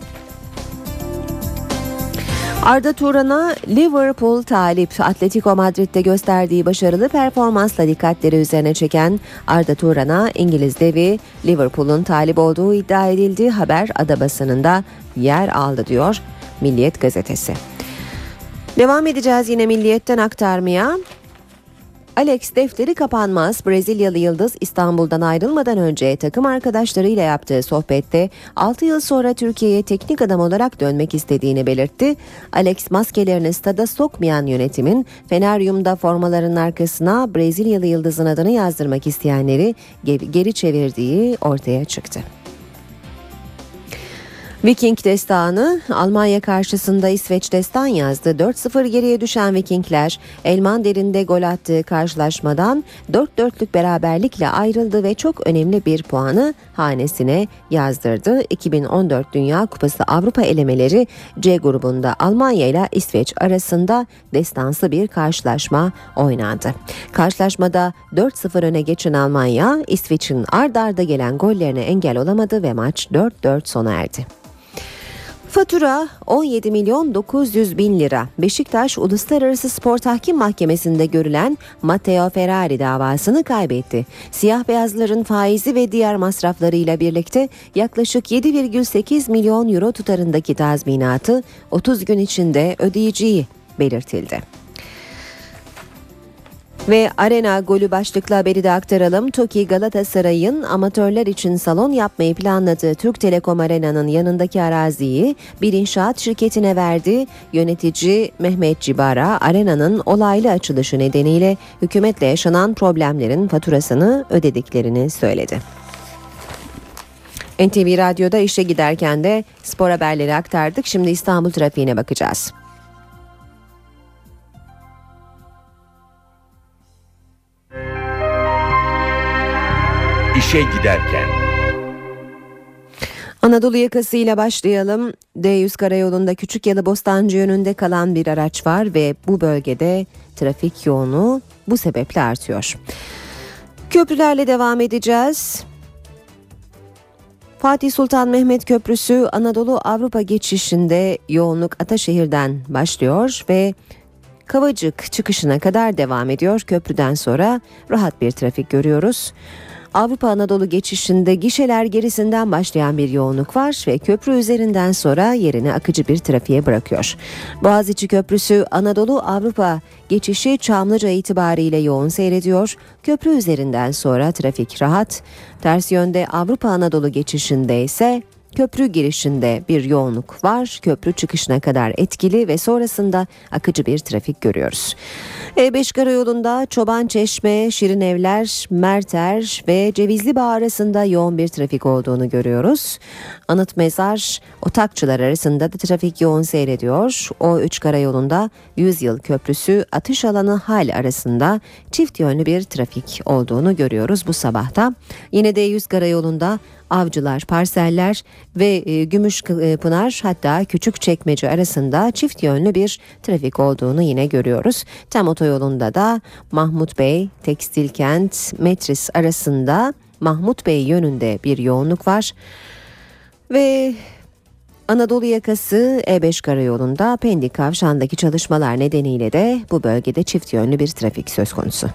Arda Turan'a Liverpool talip. Atletico Madrid'de gösterdiği başarılı performansla dikkatleri üzerine çeken Arda Turan'a İngiliz devi Liverpool'un talip olduğu iddia edildi. Haber ada basınında yer aldı diyor Milliyet gazetesi. Devam edeceğiz yine Milliyet'ten aktarmaya. Alex defteri kapanmaz. Brezilyalı yıldız İstanbul'dan ayrılmadan önce takım arkadaşlarıyla yaptığı sohbette altı yıl sonra Türkiye'ye teknik adam olarak dönmek istediğini belirtti. Alex maskelerini stada sokmayan yönetimin Feneryum'da formaların arkasına Brezilyalı yıldızın adını yazdırmak isteyenleri geri çevirdiği ortaya çıktı. Viking destanı Almanya karşısında İsveç destan yazdı. dört sıfır geriye düşen Vikingler Elmander'inde gol attığı karşılaşmadan dört dörtlük beraberlikle ayrıldı ve çok önemli bir puanı hanesine yazdırdı. iki bin on dört Dünya Kupası Avrupa elemeleri C grubunda Almanya ile İsveç arasında destansı bir karşılaşma oynandı. Karşılaşmada dört sıfır öne geçen Almanya İsveç'in ard arda gelen gollerine engel olamadı ve maç dört dört sona erdi. Fatura on yedi milyon dokuz yüz bin lira. Beşiktaş Uluslararası Spor Tahkim Mahkemesi'nde görülen Matteo Ferrari davasını kaybetti. Siyah beyazların faizi ve diğer masraflarıyla birlikte yaklaşık yedi virgül sekiz milyon euro tutarındaki tazminatı otuz gün içinde ödeyeceği belirtildi. Ve Arena golü başlıklı haberi de aktaralım. TOKİ Galatasaray'ın amatörler için salon yapmayı planladığı Türk Telekom Arena'nın yanındaki araziyi bir inşaat şirketine verdi. Yönetici Mehmet Cibara, Arena'nın olaylı açılışı nedeniyle hükümetle yaşanan problemlerin faturasını ödediklerini söyledi. N T V Radyo'da işe giderken de spor haberleri aktardık. Şimdi İstanbul trafiğine bakacağız. İşe giderken. Anadolu yakasıyla başlayalım. D yüz karayolunda Küçükyalı Bostancı yönünde kalan bir araç var ve bu bölgede trafik yoğunluğu bu sebeple artıyor. Köprülerle devam edeceğiz. Fatih Sultan Mehmet Köprüsü Anadolu Avrupa geçişinde yoğunluk Ataşehir'den başlıyor ve Kavacık çıkışına kadar devam ediyor. Köprüden sonra rahat bir trafik görüyoruz. Avrupa Anadolu geçişinde gişeler gerisinden başlayan bir yoğunluk var ve köprü üzerinden sonra yerini akıcı bir trafiğe bırakıyor. Boğaziçi Köprüsü Anadolu Avrupa geçişi Çamlıca itibariyle yoğun seyrediyor. Köprü üzerinden sonra trafik rahat. Ters yönde Avrupa Anadolu geçişinde ise Köprü girişinde bir yoğunluk var. Köprü çıkışına kadar etkili ve sonrasında akıcı bir trafik görüyoruz. E beş karayolunda Çobançeşme, Şirinevler, Merter ve Cevizlibağ arasında yoğun bir trafik olduğunu görüyoruz. Anıtmezar, Otakçılar arasında da trafik yoğun seyrediyor. O üç karayolunda Yüzyıl Köprüsü, Atış Alanı Hal arasında çift yönlü bir trafik olduğunu görüyoruz bu sabahta. Yine D yüz karayolunda Avcılar, Parseller ve e, Gümüşpınar hatta Küçükçekmece arasında çift yönlü bir trafik olduğunu yine görüyoruz. Tem otoyolunda da Mahmut Bey, Tekstilkent, Metris arasında Mahmut Bey yönünde bir yoğunluk var. Ve Anadolu yakası E beş karayolunda Pendik Kavşağı'ndaki çalışmalar nedeniyle de bu bölgede çift yönlü bir trafik söz konusu.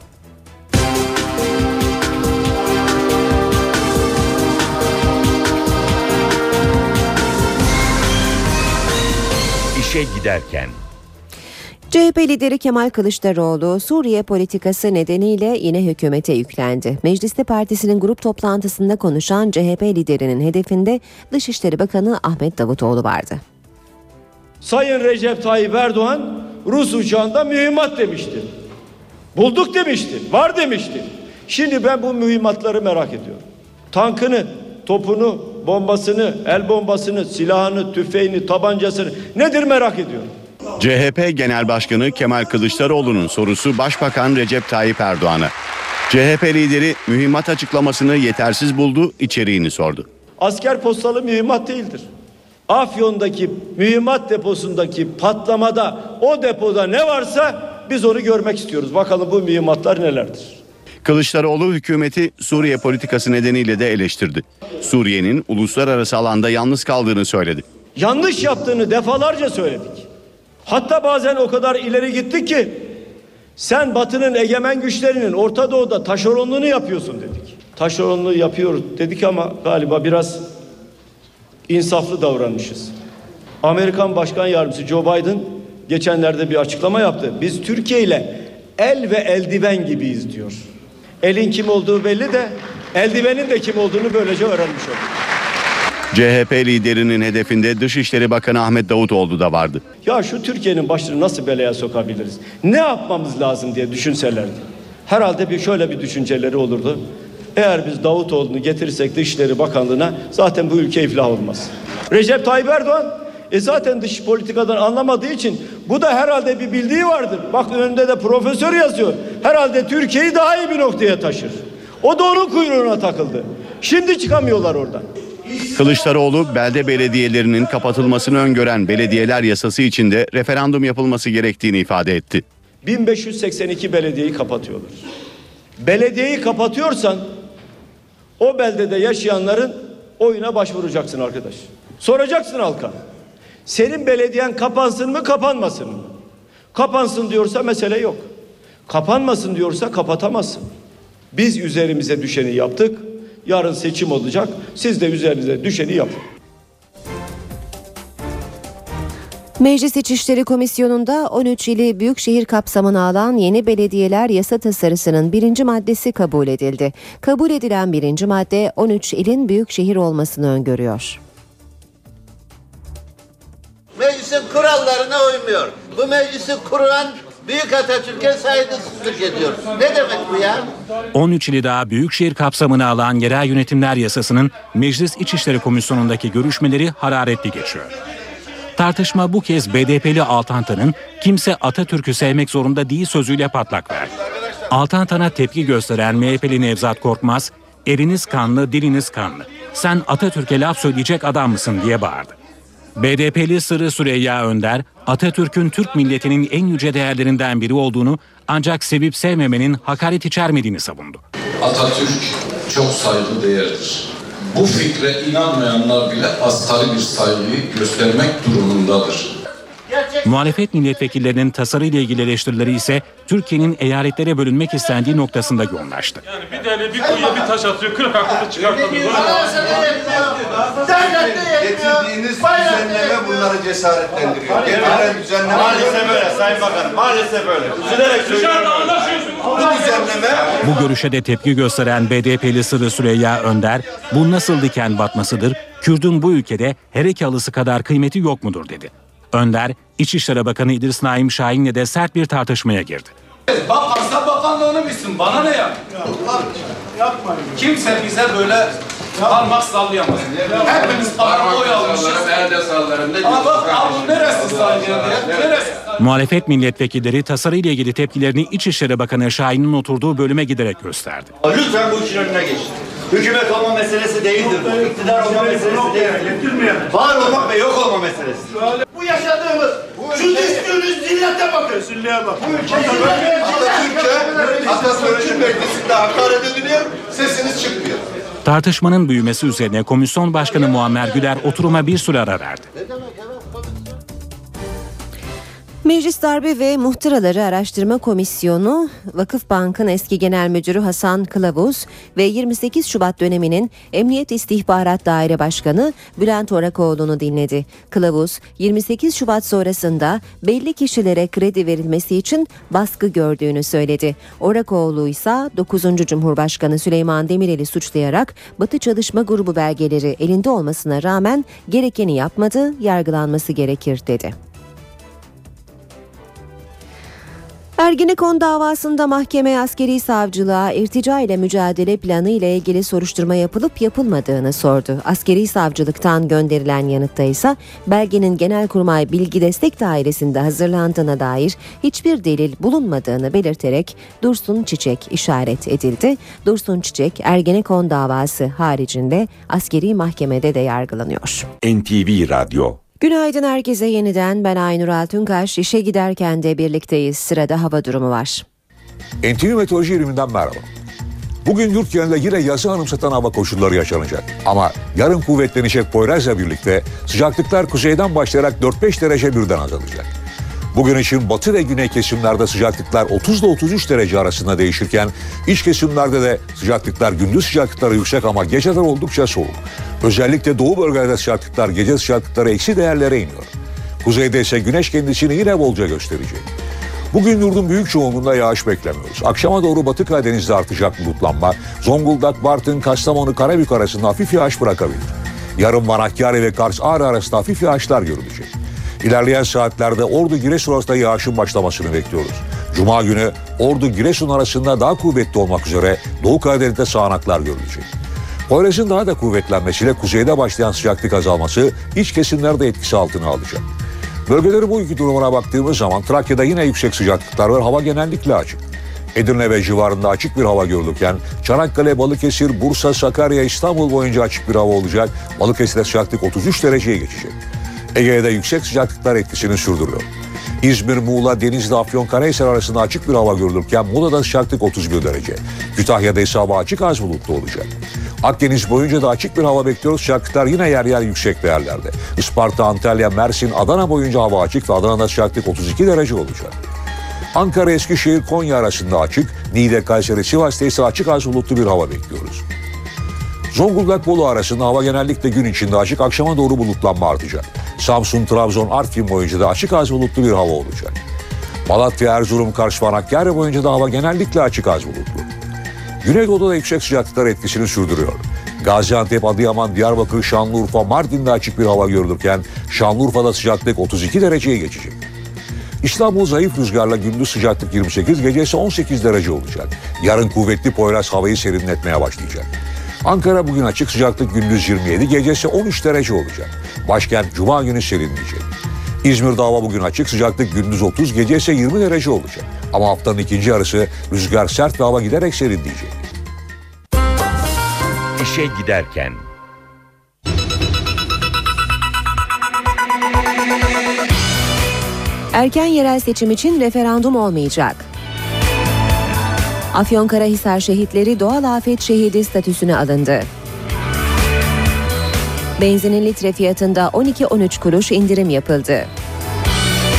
İşe giderken. C H P lideri Kemal Kılıçdaroğlu Suriye politikası nedeniyle yine hükümete yüklendi. Mecliste partisinin grup toplantısında konuşan C H P liderinin hedefinde Dışişleri Bakanı Ahmet Davutoğlu vardı. Sayın Recep Tayyip Erdoğan Rus uçağında mühimmat demişti. Bulduk demişti, var demişti. Şimdi ben bu mühimmatları merak ediyorum. Tankını, topunu, bombasını, el bombasını, silahını, tüfeğini, tabancasını nedir merak ediyorum. C H P Genel Başkanı Kemal Kılıçdaroğlu'nun sorusu Başbakan Recep Tayyip Erdoğan'a. C H P lideri mühimmat açıklamasını yetersiz buldu, içeriğini sordu. Asker postalı mühimmat değildir. Afyon'daki mühimmat deposundaki patlamada o depoda ne varsa biz onu görmek istiyoruz. Bakalım bu mühimmatlar nelerdir? Kılıçdaroğlu hükümeti Suriye politikası nedeniyle de eleştirdi. Suriye'nin uluslararası alanda yalnız kaldığını söyledi. Yanlış yaptığını defalarca söyledik. Hatta bazen o kadar ileri gittik ki sen Batı'nın egemen güçlerinin Orta Doğu'da taşeronluğunu yapıyorsun dedik. Taşeronluğu yapıyoruz dedik ama galiba biraz insaflı davranmışız. Amerikan Başkan Yardımcısı Joe Biden geçenlerde bir açıklama yaptı. Biz Türkiye ile el ve eldiven gibiyiz diyor. Elin kim olduğu belli de eldivenin de kim olduğunu böylece öğrenmiş olduk. C H P liderinin hedefinde Dışişleri Bakanı Ahmet Davutoğlu da vardı. Ya şu Türkiye'nin başını nasıl belaya sokabiliriz? Ne yapmamız lazım diye düşünselerdi. Herhalde bir şöyle bir düşünceleri olurdu. Eğer biz Davutoğlu'nu getirirsek Dışişleri Bakanlığı'na zaten bu ülke iflah olmaz. Recep Tayyip Erdoğan e zaten dış politikadan anlamadığı için bu da herhalde bir bildiği vardır. Bak önünde de profesör yazıyor. Herhalde Türkiye'yi daha iyi bir noktaya taşır. O da onun kuyruğuna takıldı. Şimdi çıkamıyorlar oradan. Kılıçdaroğlu belde belediyelerinin kapatılmasını öngören belediyeler yasası için de referandum yapılması gerektiğini ifade etti. bin beş yüz seksen iki belediyeyi kapatıyorlar. Belediyeyi kapatıyorsan o beldede yaşayanların oyuna başvuracaksın arkadaş. Soracaksın halka. Senin belediyen kapansın mı kapanmasın mı? Kapansın diyorsa mesele yok. Kapanmasın diyorsa kapatamazsın. Biz üzerimize düşeni yaptık. Yarın seçim olacak. Siz de üzerinize düşeni yapın. Meclis İçişleri Komisyonu'nda on üç ili büyükşehir kapsamına alan yeni belediyeler yasa tasarısının birinci maddesi kabul edildi. Kabul edilen birinci madde on üç ilin büyükşehir olmasını öngörüyor. Meclisin kurallarına uymuyor. Bu meclisi kuran Büyük Atatürk'e saygısızlık ediyor. Ne demek bu ya? on üç ili daha büyükşehir kapsamına alan yerel yönetimler yasasının Meclis İçişleri Komisyonu'ndaki görüşmeleri hararetli geçiyor. Tartışma bu kez B D P'li Altantan'ın kimse Atatürk'ü sevmek zorunda değil sözüyle patlak verdi. Altantan'a tepki gösteren M H P'li Nevzat Korkmaz, eliniz kanlı, diliniz kanlı. Sen Atatürk'e laf söyleyecek adam mısın diye bağırdı. B D P'li Sırrı Süreyya Önder, Atatürk'ün Türk milletinin en yüce değerlerinden biri olduğunu ancak sevip sevmemenin hakaret içermediğini savundu. Atatürk çok saygıdeğerdir. Bu fikre inanmayanlar bile asgari bir saygıyı göstermek durumundadır. Muhalefet milletvekillerinin tasarıyla ilgili eleştirileri ise Türkiye'nin eyaletlere bölünmek istendiği noktasında yoğunlaştı. Yani bir deli bir kuyuya bir taş atıyor, kırk akıllı çıkartamıyor. Getirdiğiniz düzenleme bunları cesaretlendiriyor. Getiren düzenleme... Maalesef öyle Sayın Bakanım, maalesef öyle. Üzülerek söylüyorum. Bu düzenleme... Bu görüşe de tepki gösteren B D P'li Sırrı Süreyya Önder, bu nasıl diken batmasıdır, Kürdün bu ülkede her iki halısı kadar kıymeti yok mudur dedi. Önder, İçişleri Bakanı İdris Naim Şahin'le de sert bir tartışmaya girdi. Bakansa bakanlığını bilsin, bana ne ya? Yapmayın. Kimse bize böyle parmak sallayamaz. Hepimiz parmak oy almışız. Ama bak abi neresi sallayan diye, neresi? Muhalefet milletvekilleri tasarıyla ilgili tepkilerini İçişleri Bakanı Şahin'in oturduğu bölüme giderek gösterdi. Lütfen bu işin önüne geçin. Hükümet olma meselesi değildir bu. İktidar olma meselesi değildir. Var olmak ve yok olma meselesi. Bu yaşadığımız, şu düştüğünüz zillete bakın. Zilleye bak. Bu ülke Atatürk'e, Atatürk'ün meclisinde hakaret ediliyor, sesiniz çıkmıyor. Tartışmanın büyümesi üzerine Komisyon Başkanı Muammer Güler oturuma bir süre ara verdi. Meclis Darbe ve Muhtıraları Araştırma Komisyonu, Vakıfbank'ın eski genel müdürü Hasan Kılavuz ve yirmi sekiz Şubat döneminin Emniyet İstihbarat Daire Başkanı Bülent Orakoğlu'nu dinledi. Kılavuz, yirmi sekiz Şubat sonrasında belli kişilere kredi verilmesi için baskı gördüğünü söyledi. Orakoğlu ise dokuzuncu Cumhurbaşkanı Süleyman Demirel'i suçlayarak Batı Çalışma Grubu belgeleri elinde olmasına rağmen gerekeni yapmadı, yargılanması gerekir dedi. Ergenekon davasında mahkeme askeri savcılığa irtica ile mücadele planı ile ilgili soruşturma yapılıp yapılmadığını sordu. Askeri savcılıktan gönderilen yanıtta ise belgenin Genelkurmay Bilgi Destek Dairesi'nde hazırlandığına dair hiçbir delil bulunmadığını belirterek Dursun Çiçek işaret edildi. Dursun Çiçek Ergenekon davası haricinde askeri mahkemede de yargılanıyor. N T V Radyo. Günaydın herkese yeniden, ben Aynur Altunkaş. İşe giderken de birlikteyiz. Sırada hava durumu var. N T V Meteoroloji Biriminden merhaba. Bugün yurt genelinde yine yazı anımsatan hava koşulları yaşanacak. Ama yarın kuvvetlenecek Poyraz'la birlikte sıcaklıklar kuzeyden başlayarak dört beş derece birden azalacak. Bugün için batı ve güney kesimlerde sıcaklıklar otuz ile otuz üç derece arasında değişirken iç kesimlerde de sıcaklıklar gündüz sıcaklıkları yüksek ama geceler oldukça soğuk. Özellikle doğu bölgelerde sıcaklıklar gece sıcaklıkları eksi değerlere iniyor. Kuzeyde ise güneş kendisini yine bolca gösterecek. Bugün yurdun büyük çoğunluğunda yağış beklemiyoruz. Akşama doğru Batı Karadeniz'de artacak bulutlanma, Zonguldak, Bartın, Kastamonu, Karabük arasında hafif yağış bırakabilir. Yarın Van, Hakkari ve Kars, Ağrı arasında hafif yağışlar görülecek. İlerleyen saatlerde Ordu Giresun arasında yağışın başlamasını bekliyoruz. Cuma günü Ordu Giresun arasında daha kuvvetli olmak üzere Doğu Karadeniz'de sağanaklar görülecek. Poyraz'ın daha da kuvvetlenmesiyle kuzeyde başlayan sıcaklık azalması iç kesimlerde etkisi altına alacak. Bölgeleri bu iki durumuna baktığımız zaman Trakya'da yine yüksek sıcaklıklar var, hava genellikle açık. Edirne ve civarında açık bir hava görülürken Çanakkale, Balıkesir, Bursa, Sakarya, İstanbul boyunca açık bir hava olacak. Balıkesir'de sıcaklık otuz üç dereceye geçecek. Ege'de yüksek sıcaklıklar etkisini sürdürüyor. İzmir, Muğla, Denizli, Afyonkarahisar arasında açık bir hava görülürken Muğla'da sıcaklık otuz bir derece. Kütahya'da ise hava açık az bulutlu olacak. Akdeniz boyunca da açık bir hava bekliyoruz. Sıcaklıklar yine yer yer yüksek değerlerde. Isparta, Antalya, Mersin, Adana boyunca hava açık ve Adana'da sıcaklık otuz iki derece olacak. Ankara, Eskişehir, Konya arasında açık. Niğde, Kayseri, Sivas'ta ise açık az bulutlu bir hava bekliyoruz. Zonguldak, Bolu arasında hava genellikle gün içinde açık, akşama doğru bulutlanma artacak. Samsun, Trabzon, Artvin boyunca da açık az bulutlu bir hava olacak. Malatya, Erzurum, Kars, Van, Hakkari boyunca da hava genellikle açık az bulutlu. Güneydoğu'da da yüksek sıcaklıklar etkisini sürdürüyor. Gaziantep, Adıyaman, Diyarbakır, Şanlıurfa, Mardin'de açık bir hava görülürken Şanlıurfa'da sıcaklık otuz iki dereceye geçecek. İstanbul zayıf rüzgarla gündüz sıcaklık yirmi sekiz, gece ise on sekiz derece olacak. Yarın kuvvetli Poyraz havayı serinletmeye başlayacak. Ankara bugün açık, sıcaklık gündüz yirmi yedi, gece ise on üç derece olacak. Başkent Cuma günü serinleyecek. İzmir'de hava bugün açık, sıcaklık gündüz otuz, gece ise yirmi derece olacak. Ama haftanın ikinci yarısı rüzgar sert ve hava giderek serinleyecek. İşe giderken. Erken yerel seçim için referandum olmayacak. Afyonkarahisar şehitleri doğal afet şehidi statüsüne alındı. Benzinin litre fiyatında on iki on üç kuruş indirim yapıldı.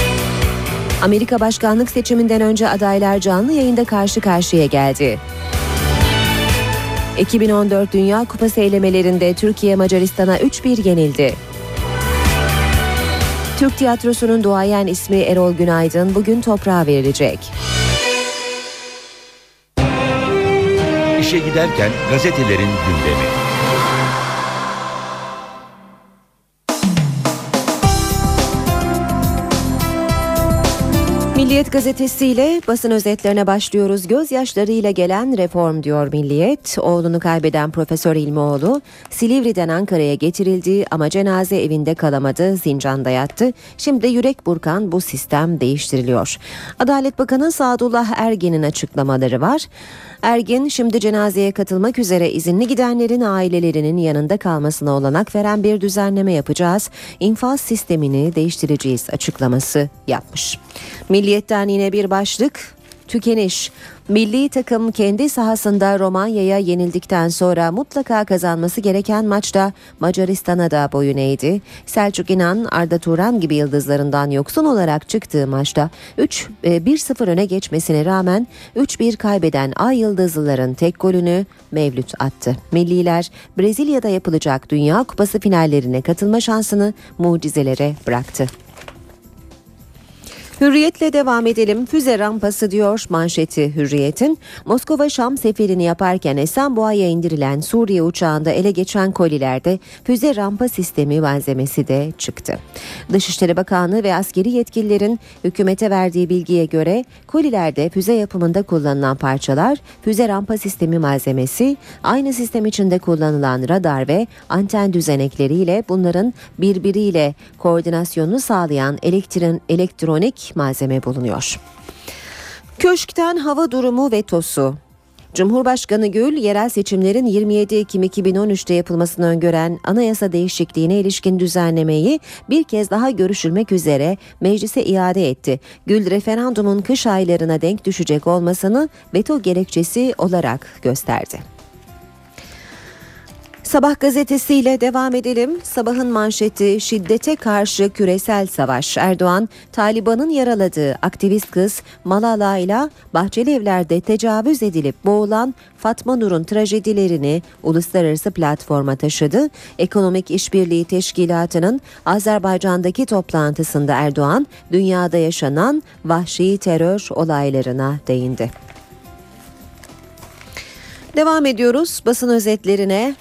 Amerika başkanlık seçiminden önce adaylar canlı yayında karşı karşıya geldi. iki bin on dört Dünya Kupası elemelerinde Türkiye Macaristan'a üç bir yenildi. Türk tiyatrosunun duayen ismi Erol Günaydın bugün toprağa verilecek. İşe giderken gazetelerin gündemi. Milliyet gazetesiyle basın özetlerine başlıyoruz. Gözyaşlarıyla gelen reform diyor Milliyet. Oğlunu kaybeden Profesör İlmioğlu Silivri'den Ankara'ya getirildi ama cenaze evinde kalamadı, Sincan'da yattı. Şimdi yürek burkan bu sistem değiştiriliyor. Adalet Bakanı Sadullah Ergen'in açıklamaları var. Ergin şimdi cenazeye katılmak üzere izinli gidenlerin ailelerinin yanında kalmasına olanak veren bir düzenleme yapacağız. İnfaz sistemini değiştireceğiz açıklaması yapmış. Milliyet'ten yine bir başlık. Tükeniş. Milli takım kendi sahasında Romanya'ya yenildikten sonra mutlaka kazanması gereken maçta Macaristan'a da boyun eğdi. Selçuk İnan, Arda Turan gibi yıldızlarından yoksun olarak çıktığı maçta üç bir sıfır öne geçmesine rağmen üç bir kaybeden Ay Yıldızlıların tek golünü Mevlüt attı. Milliler Brezilya'da yapılacak Dünya Kupası finallerine katılma şansını mucizelere bıraktı. Hürriyetle devam edelim. Füze rampası diyor manşeti Hürriyet'in. Moskova Şam seferini yaparken Esenboğa'ya indirilen Suriye uçağında ele geçen kolilerde füze rampa sistemi malzemesi de çıktı. Dışişleri Bakanlığı ve askeri yetkililerin hükümete verdiği bilgiye göre kolilerde füze yapımında kullanılan parçalar füze rampa sistemi malzemesi, aynı sistem içinde kullanılan radar ve anten düzenekleriyle bunların birbiriyle koordinasyonunu sağlayan elektron, elektronik malzeme bulunuyor. Köşkten hava durumu vetosu. Cumhurbaşkanı Gül, yerel seçimlerin yirmi yedi Ekim iki bin on üçte yapılmasını öngören anayasa değişikliğine ilişkin düzenlemeyi bir kez daha görüşülmek üzere meclise iade etti. Gül, referandumun kış aylarına denk düşecek olmasını veto gerekçesi olarak gösterdi. Sabah gazetesiyle devam edelim. Sabahın manşeti şiddete karşı küresel savaş. Erdoğan, Taliban'ın yaraladığı aktivist kız Malala ile Bahçelievler'de tecavüz edilip boğulan Fatma Nur'un trajedilerini uluslararası platforma taşıdı. Ekonomik İşbirliği Teşkilatı'nın Azerbaycan'daki toplantısında Erdoğan, dünyada yaşanan vahşi terör olaylarına değindi. Devam ediyoruz basın özetlerine.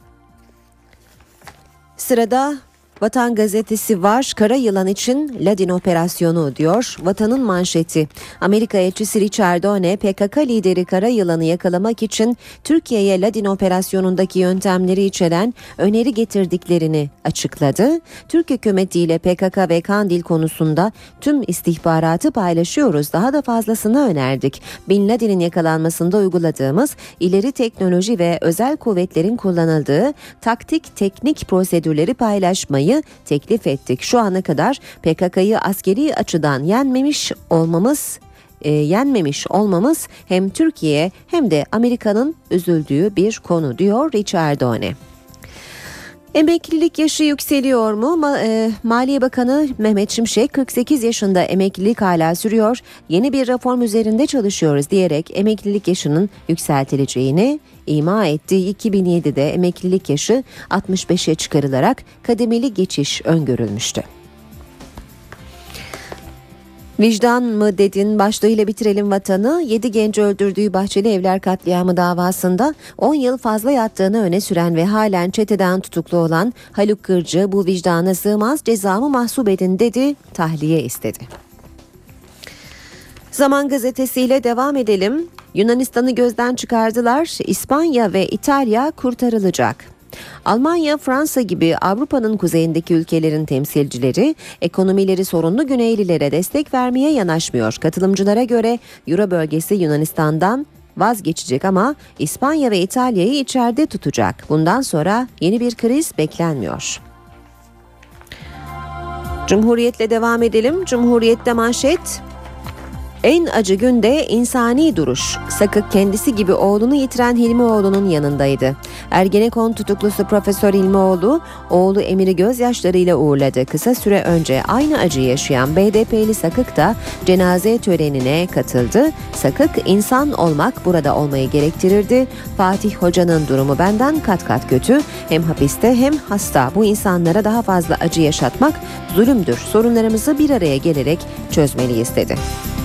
Sırada Vatan gazetesi var. Kara yılan için Ladin operasyonu diyor. Vatanın manşeti. Amerika elçisi Richard One, P K K lideri Kara Yılan'ı yakalamak için Türkiye'ye Ladin operasyonundaki yöntemleri içeren öneri getirdiklerini açıkladı. Türk hükümetiyle P K K ve Kandil konusunda tüm istihbaratı paylaşıyoruz. Daha da fazlasını önerdik. Bin Laden'in yakalanmasında uyguladığımız ileri teknoloji ve özel kuvvetlerin kullanıldığı taktik teknik prosedürleri paylaşmayı teklif ettik. Şu ana kadar P K K'yı askeri açıdan yenmemiş olmamız, e, yenmemiş olmamız hem Türkiye hem de Amerika'nın üzüldüğü bir konu diyor Richard One. Emeklilik yaşı yükseliyor mu? Ma- e, Maliye Bakanı Mehmet Şimşek kırk sekiz yaşında emeklilik hala sürüyor. Yeni bir reform üzerinde çalışıyoruz diyerek emeklilik yaşının yükseltileceğini ima etti. iki bin yedide emeklilik yaşı altmış beşe çıkarılarak kademeli geçiş öngörülmüştü. Vicdan mı dedin başlığıyla bitirelim Vatanı. yedi genci öldürdüğü Bahçelievler katliamı davasında on yıl fazla yattığını öne süren ve halen çeteden tutuklu olan Haluk Kırcı, bu vicdana sığmaz, cezamı mahsup edin dedi, tahliye istedi. Zaman gazetesiyle devam edelim. Yunanistan'ı gözden çıkardılar. İspanya ve İtalya kurtarılacak. Almanya, Fransa gibi Avrupa'nın kuzeyindeki ülkelerin temsilcileri ekonomileri sorunlu Güneylilere destek vermeye yanaşmıyor. Katılımcılara göre Euro bölgesi Yunanistan'dan vazgeçecek ama İspanya ve İtalya'yı içeride tutacak. Bundan sonra yeni bir kriz beklenmiyor. Cumhuriyet'le devam edelim. Cumhuriyet'te manşet: En acı günde insani duruş. Sakık kendisi gibi oğlunu yitiren Hilmioğlu'nun yanındaydı. Ergenekon tutuklusu Profesör Hilmioğlu, oğlu Emir'i gözyaşlarıyla uğurladı. Kısa süre önce aynı acıyı yaşayan B D P'li Sakık da cenaze törenine katıldı. Sakık, insan olmak burada olmayı gerektirirdi. Fatih Hoca'nın durumu benden kat kat kötü. Hem hapiste hem hasta. Bu insanlara daha fazla acı yaşatmak zulümdür. Sorunlarımızı bir araya gelerek çözmeliyiz dedi.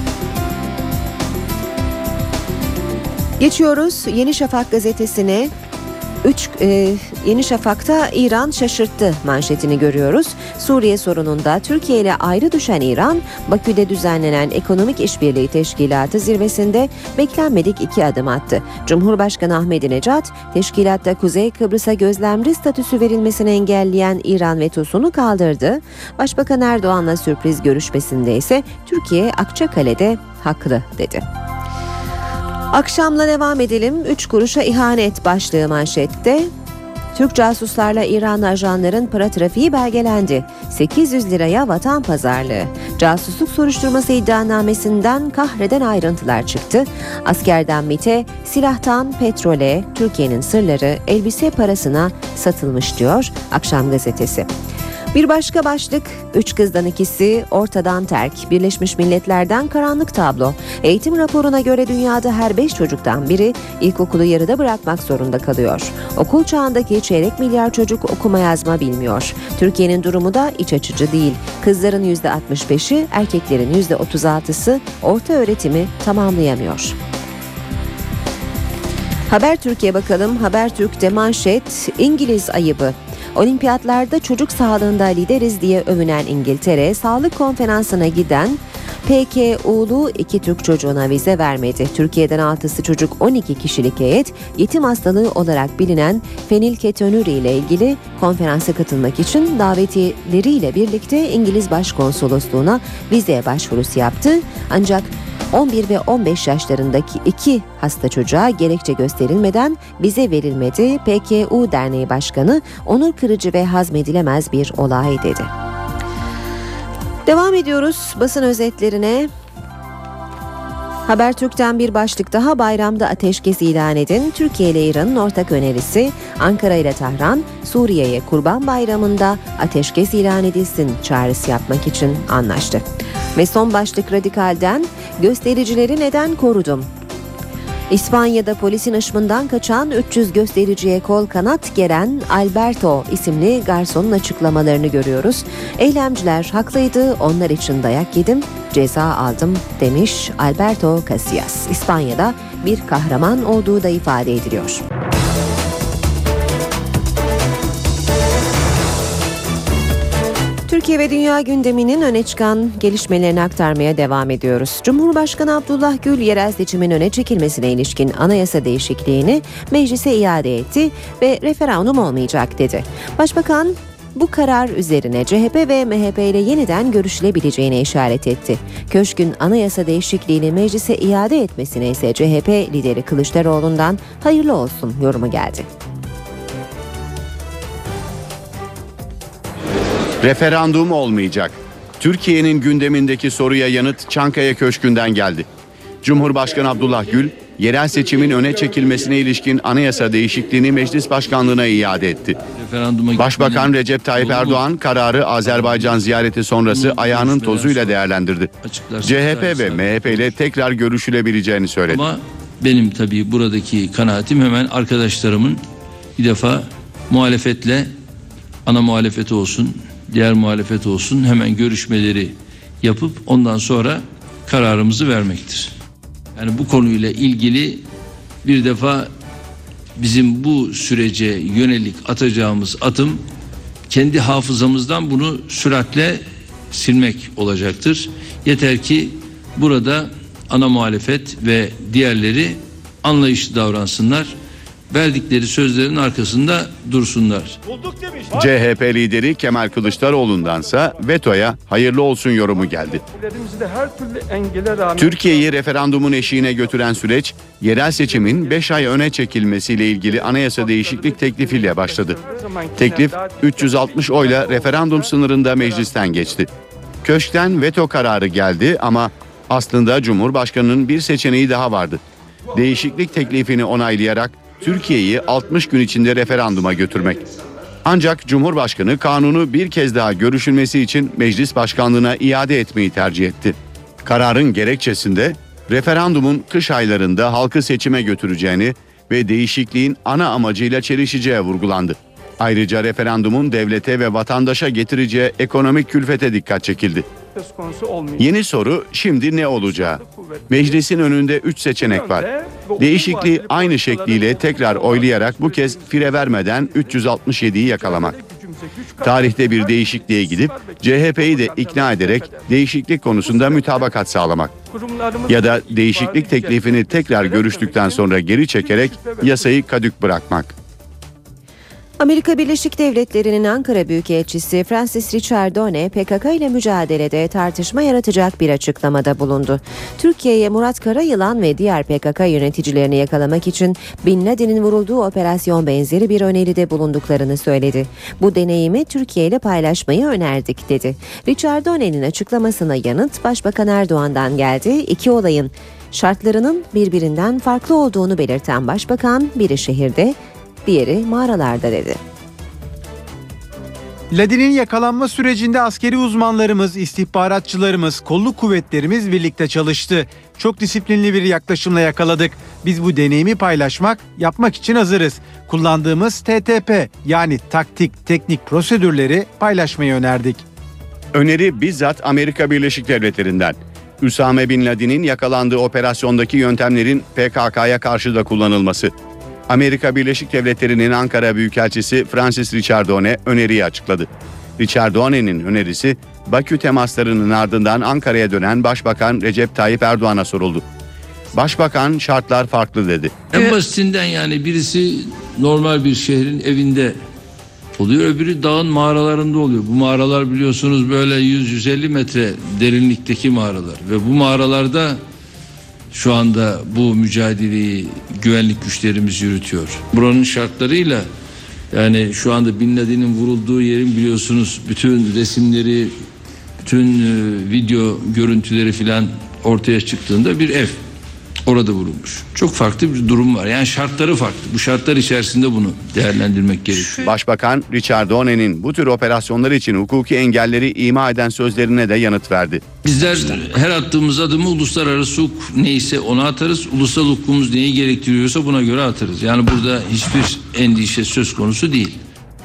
Geçiyoruz Yeni Şafak gazetesine. Üç, e, Yeni Şafak'ta İran şaşırttı manşetini görüyoruz. Suriye sorununda Türkiye ile ayrı düşen İran, Bakü'de düzenlenen Ekonomik İşbirliği Teşkilatı zirvesinde beklenmedik iki adım attı. Cumhurbaşkanı Ahmadinejad, teşkilatta Kuzey Kıbrıs'a gözlemci statüsü verilmesini engelleyen İran vetosunu kaldırdı. Başbakan Erdoğan'la sürpriz görüşmesinde ise Türkiye Akçakale'de haklı dedi. Akşamla devam edelim. Üç kuruşa ihanet başlığı manşette. Türk casuslarla İranlı ajanların para trafiği belgelendi. sekiz yüz liraya vatan pazarlığı. Casusluk soruşturması iddianamesinden kahreden ayrıntılar çıktı. Askerden MİT'e, silahtan petrole, Türkiye'nin sırları elbise parasına satılmış diyor Akşam gazetesi. Bir başka başlık, üç kızdan ikisi ortadan terk, Birleşmiş Milletler'den karanlık tablo. Eğitim raporuna göre dünyada her beş çocuktan biri ilkokulu yarıda bırakmak zorunda kalıyor. Okul çağındaki çeyrek milyar çocuk okuma yazma bilmiyor. Türkiye'nin durumu da iç açıcı değil. Kızların yüzde altmış beşi, erkeklerin yüzde otuz altısı orta öğretimi tamamlayamıyor. Habertürk'e bakalım. Habertürk'te manşet, İngiliz ayıbı. Olimpiyatlarda çocuk sağlığında lideriz diye övünen İngiltere, sağlık konferansına giden P K U'lu iki Türk çocuğuna vize vermedi. Türkiye'den altısı çocuk on iki kişilik heyet, yetim hastalığı olarak bilinen fenilketonuri ile ilgili konferansa katılmak için davetlileriyle birlikte İngiliz Başkonsolosluğu'na vize başvurusu yaptı. Ancak on bir ve on beş yaşlarındaki iki hasta çocuğa gerekçe gösterilmeden vize verilmedi. P K U Derneği Başkanı, onur kırıcı ve hazmedilemez bir olay dedi. Devam ediyoruz basın özetlerine. Habertürk'ten bir başlık daha, bayramda ateşkes ilan edin. Türkiye ile İran'ın ortak önerisi, Ankara ile Tahran, Suriye'ye Kurban Bayramı'nda ateşkes ilan edilsin çağrısı yapmak için anlaştı. Ve son başlık Radikal'den, göstericileri neden korudum? İspanya'da polisin aşımından kaçan üç yüz göstericiye kol kanat geren Alberto isimli garsonun açıklamalarını görüyoruz. Eylemciler haklıydı, onlar için dayak yedim, ceza aldım demiş Alberto Casillas. İspanya'da bir kahraman olduğu da ifade ediliyor. Türkiye ve dünya gündeminin öne çıkan gelişmelerini aktarmaya devam ediyoruz. Cumhurbaşkanı Abdullah Gül, yerel seçimin öne çekilmesine ilişkin anayasa değişikliğini meclise iade etti ve referandum olmayacak dedi. Başbakan bu karar üzerine C H P ve M H P ile yeniden görüşülebileceğine işaret etti. Köşk'ün anayasa değişikliğini meclise iade etmesine ise C H P lideri Kılıçdaroğlu'ndan hayırlı olsun yorumu geldi. Referandum olmayacak. Türkiye'nin gündemindeki soruya yanıt Çankaya Köşkü'nden geldi. Cumhurbaşkanı Abdullah Gül, yerel seçimin öne çekilmesine ilişkin anayasa değişikliğini meclis başkanlığına iade etti. Başbakan Recep Tayyip Erdoğan kararı Azerbaycan ziyareti sonrası ayağının tozuyla değerlendirdi. C H P ve M H P ile tekrar görüşülebileceğini söyledi. Ama benim tabii buradaki kanaatim, hemen arkadaşlarımın bir defa muhalefetle, ana muhalefeti olsun, diğer muhalefet olsun, hemen görüşmeleri yapıp ondan sonra kararımızı vermektir. Yani bu konuyla ilgili bir defa bizim bu sürece yönelik atacağımız adım kendi hafızamızdan bunu süratle silmek olacaktır. Yeter ki burada ana muhalefet ve diğerleri anlayışlı davransınlar. Verdikleri sözlerin arkasında dursunlar. C H P lideri Kemal Kılıçdaroğlu'ndansa vetoya hayırlı olsun yorumu geldi. Türkiye'yi referandumun eşiğine götüren süreç, yerel seçimin beş ay öne çekilmesiyle ilgili anayasa değişiklik teklifiyle başladı. Teklif üç yüz altmış oyla referandum sınırında meclisten geçti. Köşkten veto kararı geldi ama Aslında Cumhurbaşkanı'nın bir seçeneği daha vardı. Değişiklik teklifini onaylayarak Türkiye'yi altmış gün içinde referanduma götürmek. Ancak Cumhurbaşkanı kanunu bir kez daha görüşülmesi için meclis başkanlığına iade etmeyi tercih etti. Kararın gerekçesinde referandumun kış aylarında halkı seçime götüreceğini ve değişikliğin ana amacıyla çelişeceği vurgulandı. Ayrıca referandumun devlete ve vatandaşa getireceği ekonomik külfete dikkat çekildi. Yeni soru şimdi ne olacağı? Meclisin önünde üç seçenek var. Değişikliği aynı şekliyle tekrar oylayarak bu kez fire vermeden üç yüz altmış yediyi yakalamak. Tarihte bir değişikliğe gidip C H P'yi de ikna ederek değişiklik konusunda mütabakat sağlamak. Ya da değişiklik teklifini tekrar görüştükten sonra geri çekerek yasayı kadük bırakmak. Amerika Birleşik Devletleri'nin Ankara Büyükelçisi Francis Ricciardone, P K K ile mücadelede tartışma yaratacak bir açıklamada bulundu. Türkiye'ye Murat Karayılan ve diğer P K K yöneticilerini yakalamak için Bin Laden'in vurulduğu operasyon benzeri bir öneride bulunduklarını söyledi. Bu deneyimi Türkiye ile paylaşmayı önerdik dedi. Ricciardone'nin açıklamasına yanıt Başbakan Erdoğan'dan geldi. İki olayın şartlarının birbirinden farklı olduğunu belirten Başbakan, biri şehirde, diğeri mağaralarda dedi. Laden'in yakalanma sürecinde askeri uzmanlarımız, istihbaratçılarımız, kolluk kuvvetlerimiz birlikte çalıştı. Çok disiplinli bir yaklaşımla yakaladık. Biz bu deneyimi paylaşmak, yapmak için hazırız. Kullandığımız T T P yani taktik, teknik prosedürleri paylaşmayı önerdik. Öneri bizzat Amerika Birleşik Devletleri'nden. Üsame Bin Laden'in yakalandığı operasyondaki yöntemlerin P K K'ya karşı da kullanılması. Amerika Birleşik Devletleri'nin Ankara Büyükelçisi Francis Ricciardone öneriyi açıkladı. Ricciardone'nin önerisi Bakü temaslarının ardından Ankara'ya dönen Başbakan Recep Tayyip Erdoğan'a soruldu. Başbakan şartlar farklı dedi. En basitinden yani birisi normal bir şehrin evinde oluyor, öbürü dağın mağaralarında oluyor. Bu mağaralar biliyorsunuz böyle yüz yüz elli metre derinlikteki mağaralar ve bu mağaralarda şu anda bu mücadeleyi güvenlik güçlerimiz yürütüyor. Buranın şartlarıyla yani şu anda Bin Laden'in vurulduğu yerin biliyorsunuz bütün resimleri, bütün video görüntüleri filan ortaya çıktığında bir ev orada vurulmuş. Çok farklı bir durum var. Yani şartları farklı. Bu şartlar içerisinde bunu değerlendirmek gerekiyor. Başbakan Ricciardone'nin bu tür operasyonlar için hukuki engelleri ima eden sözlerine de yanıt verdi. Bizler her attığımız adımı uluslararası hukuk neyse ona atarız. Ulusal hukukumuz neyi gerektiriyorsa buna göre atarız. Yani burada hiçbir endişe söz konusu değil.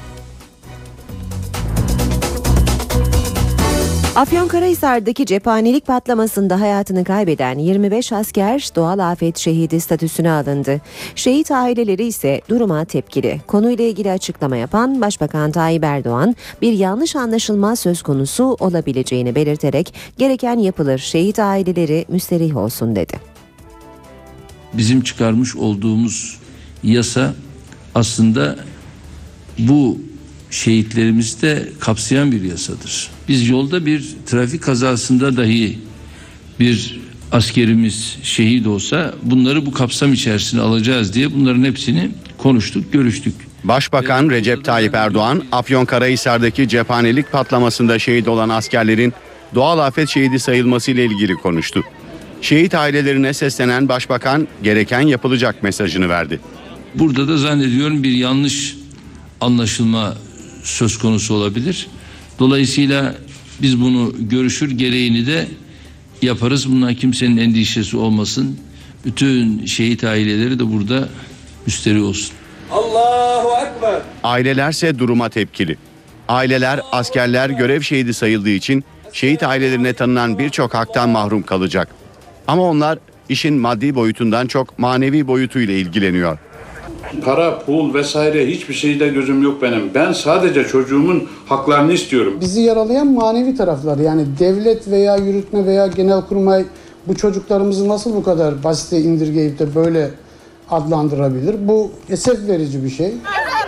Afyonkarahisar'daki cephanelik patlamasında hayatını kaybeden yirmi beş asker doğal afet şehidi statüsüne alındı. Şehit aileleri ise duruma tepkili. Konuyla ilgili açıklama yapan Başbakan Tayyip Erdoğan, bir yanlış anlaşılma söz konusu olabileceğini belirterek gereken yapılır, şehit aileleri müsterih olsun dedi. Bizim çıkarmış olduğumuz yasa aslında bu şehitlerimizi de kapsayan bir yasadır. Biz yolda bir trafik kazasında dahi bir askerimiz şehit olsa bunları bu kapsam içerisine alacağız diye bunların hepsini konuştuk, görüştük. Başbakan Recep Tayyip Erdoğan, Afyonkarahisar'daki cephanelik patlamasında şehit olan askerlerin doğal afet şehidi sayılması ile ilgili konuştu. Şehit ailelerine seslenen Başbakan gereken yapılacak mesajını verdi. Burada da zannediyorum bir yanlış anlaşılma söz konusu olabilir. Dolayısıyla biz bunu görüşür, gereğini de yaparız. Bundan kimsenin endişesi olmasın. Bütün şehit aileleri de burada müsterih olsun. Allahu Ekber. Ailelerse duruma tepkili. Aileler askerler görev şehidi sayıldığı için şehit ailelerine tanınan birçok haktan mahrum kalacak. Ama onlar işin maddi boyutundan çok manevi boyutuyla ilgileniyor. Para, pul vesaire hiçbir şeyde gözüm yok benim. Ben sadece çocuğumun haklarını istiyorum. Bizi yaralayan manevi taraflar, yani devlet veya yürütme veya genelkurmay bu çocuklarımızı nasıl bu kadar basite indirgeyip de böyle adlandırabilir? Bu esef verici bir şey.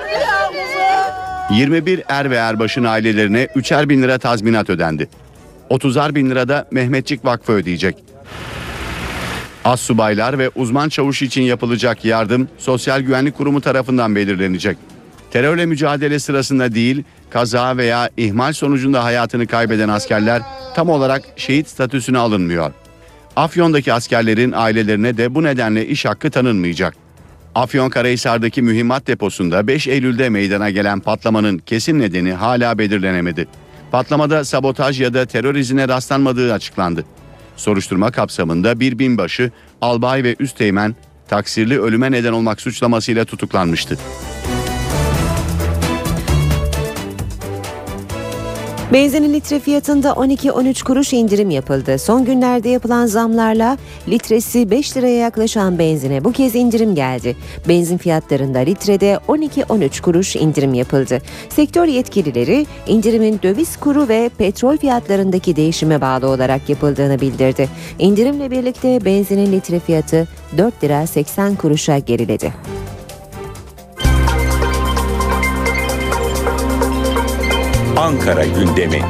yirmi bir er ve erbaşın ailelerine üçer bin lira tazminat ödendi. otuzar bin lira da Mehmetçik Vakfı ödeyecek. Astsubaylar ve uzman çavuş için yapılacak yardım Sosyal Güvenlik Kurumu tarafından belirlenecek. Terörle mücadele sırasında değil, kaza veya ihmal sonucunda hayatını kaybeden askerler tam olarak şehit statüsüne alınmıyor. Afyon'daki askerlerin ailelerine de bu nedenle iş hakkı tanınmayacak. Afyonkarahisar'daki mühimmat deposunda beş Eylül'de meydana gelen patlamanın kesin nedeni hala belirlenemedi. Patlamada sabotaj ya da terör izine rastlanmadığı açıklandı. Soruşturma kapsamında bir binbaşı, albay ve üsteğmen taksirli ölüme neden olmak suçlamasıyla tutuklanmıştı. Benzinin litre fiyatında on iki on üç kuruş indirim yapıldı. Son günlerde yapılan zamlarla litresi beş liraya yaklaşan benzine bu kez indirim geldi. Benzin fiyatlarında litrede on iki on üç kuruş indirim yapıldı. Sektör yetkilileri indirimin döviz kuru ve petrol fiyatlarındaki değişime bağlı olarak yapıldığını bildirdi. İndirimle birlikte benzinin litre fiyatı dört lira seksen kuruşa geriledi. Ankara gündemi.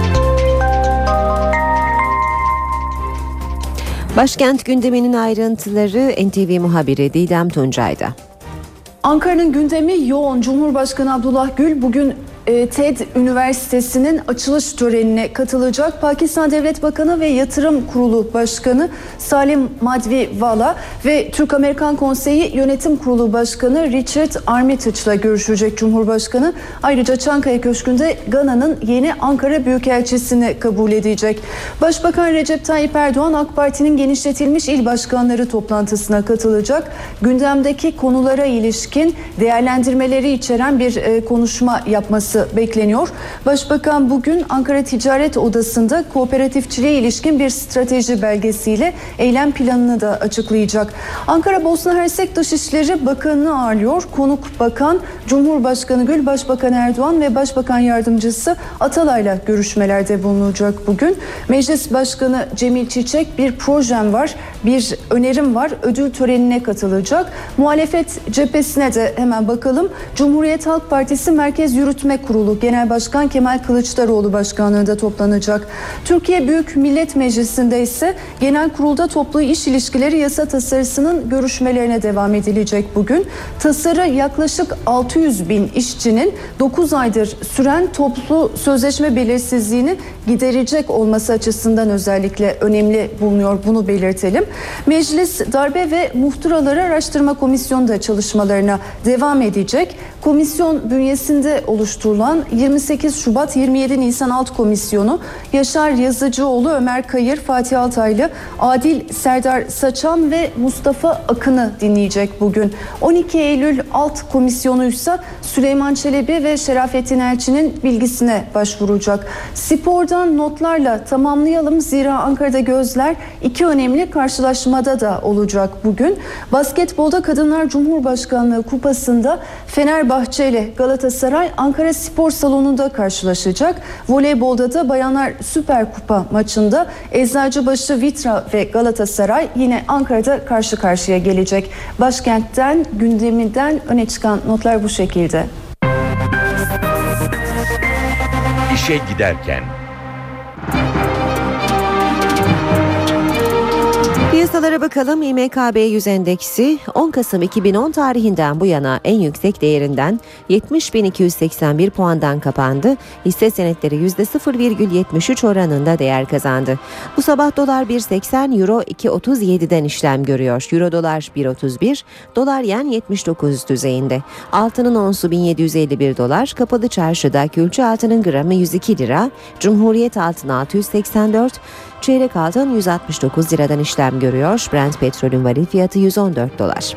Başkent gündeminin ayrıntıları N T V muhabiri Didem Tuncay'da. Ankara'nın gündemi yoğun. Cumhurbaşkanı Abdullah Gül bugün e, T E D Üniversitesi'nin açılış törenine katılacak. Pakistan Devlet Bakanı ve Yatırım Kurulu Başkanı Salim Madvivala ve Türk-Amerikan Konseyi Yönetim Kurulu Başkanı Richard Armitage'la görüşecek Cumhurbaşkanı. Ayrıca Çankaya Köşkü'nde Gana'nın yeni Ankara Büyükelçisini kabul edecek. Başbakan Recep Tayyip Erdoğan AK Parti'nin genişletilmiş il başkanları toplantısına katılacak. Gündemdeki konulara ilişkin değerlendirmeleri içeren bir e, konuşma yapması bekleniyor. Başbakan bugün Ankara Ticaret Odası'nda kooperatifçiliğe ilişkin bir strateji belgesiyle eylem planını da açıklayacak. Ankara Bosna Hersek Dışişleri Bakanı'nı ağırlıyor. Konuk bakan Cumhurbaşkanı Gül, Başbakan Erdoğan ve Başbakan Yardımcısı Atalay'la görüşmelerde bulunacak bugün. Meclis Başkanı Cemil Çiçek bir projem var, bir önerim var. Ödül törenine katılacak. Muhalefet cephesine de hemen bakalım. Cumhuriyet Halk Partisi Merkez Yürütme Kurulu Genel Başkan Kemal Kılıçdaroğlu başkanlığında toplanacak. Türkiye Büyük Millet Meclisi'nde ise Genel Kurulda Toplu İş İlişkileri Yasa Tasarısı'nın görüşmelerine devam edilecek bugün. Tasarı yaklaşık altı yüz bin işçinin dokuz aydır süren toplu sözleşme belirsizliğini giderecek olması açısından özellikle önemli bulunuyor. Bunu belirtelim. Meclis Darbe ve Muhtıraları Araştırma Komisyonu da çalışmalarına devam edecek. Komisyon bünyesinde oluşturulan yirmi sekiz Şubat yirmi yedi Nisan Alt Komisyonu Yaşar Yazıcıoğlu, Ömer Kayır, Fatih Altaylı, Adil Serdar Saçan ve Mustafa Akın'ı dinleyecek bugün. on iki Eylül Alt Komisyonu ise Süleyman Çelebi ve Şerafettin Elçi'nin bilgisine başvuracak. Spordan notlarla tamamlayalım. Zira Ankara'da gözler iki önemli karşılaşmada da olacak bugün. Basketbolda Kadınlar Cumhurbaşkanlığı Kupası'nda Fenerbahçe ile Galatasaray Ankara Spor Salonu'nda karşılaşacak. Voleybolda da Bayanlar Süper Kupa maçında Eczacıbaşı Vitra ve Galatasaray yine Ankara'da karşı karşıya gelecek. Başkentten, gündeminden öne çıkan notlar bu şekilde. İşe giderken. Piyasalara bakalım. İ M K B yüz endeksi on Kasım iki bin on tarihinden bu yana en yüksek değerinden yetmiş bin iki yüz seksen bir puandan kapandı. Hisse senetleri yüzde sıfır virgül yetmiş üç oranında değer kazandı. Bu sabah dolar bir seksen, euro iki otuz yedi'den işlem görüyor. Euro dolar bir otuz bir, dolar yen yetmiş dokuz düzeyinde. Altının onsu bin yedi yüz elli bir dolar, kapalı çarşıda külçe altının gramı yüz iki lira, Cumhuriyet altın altı yüz seksen dört, çeyrek altın yüz altmış dokuz liradan işlem görüyor. Brent petrolün varil fiyatı yüz on dört dolar.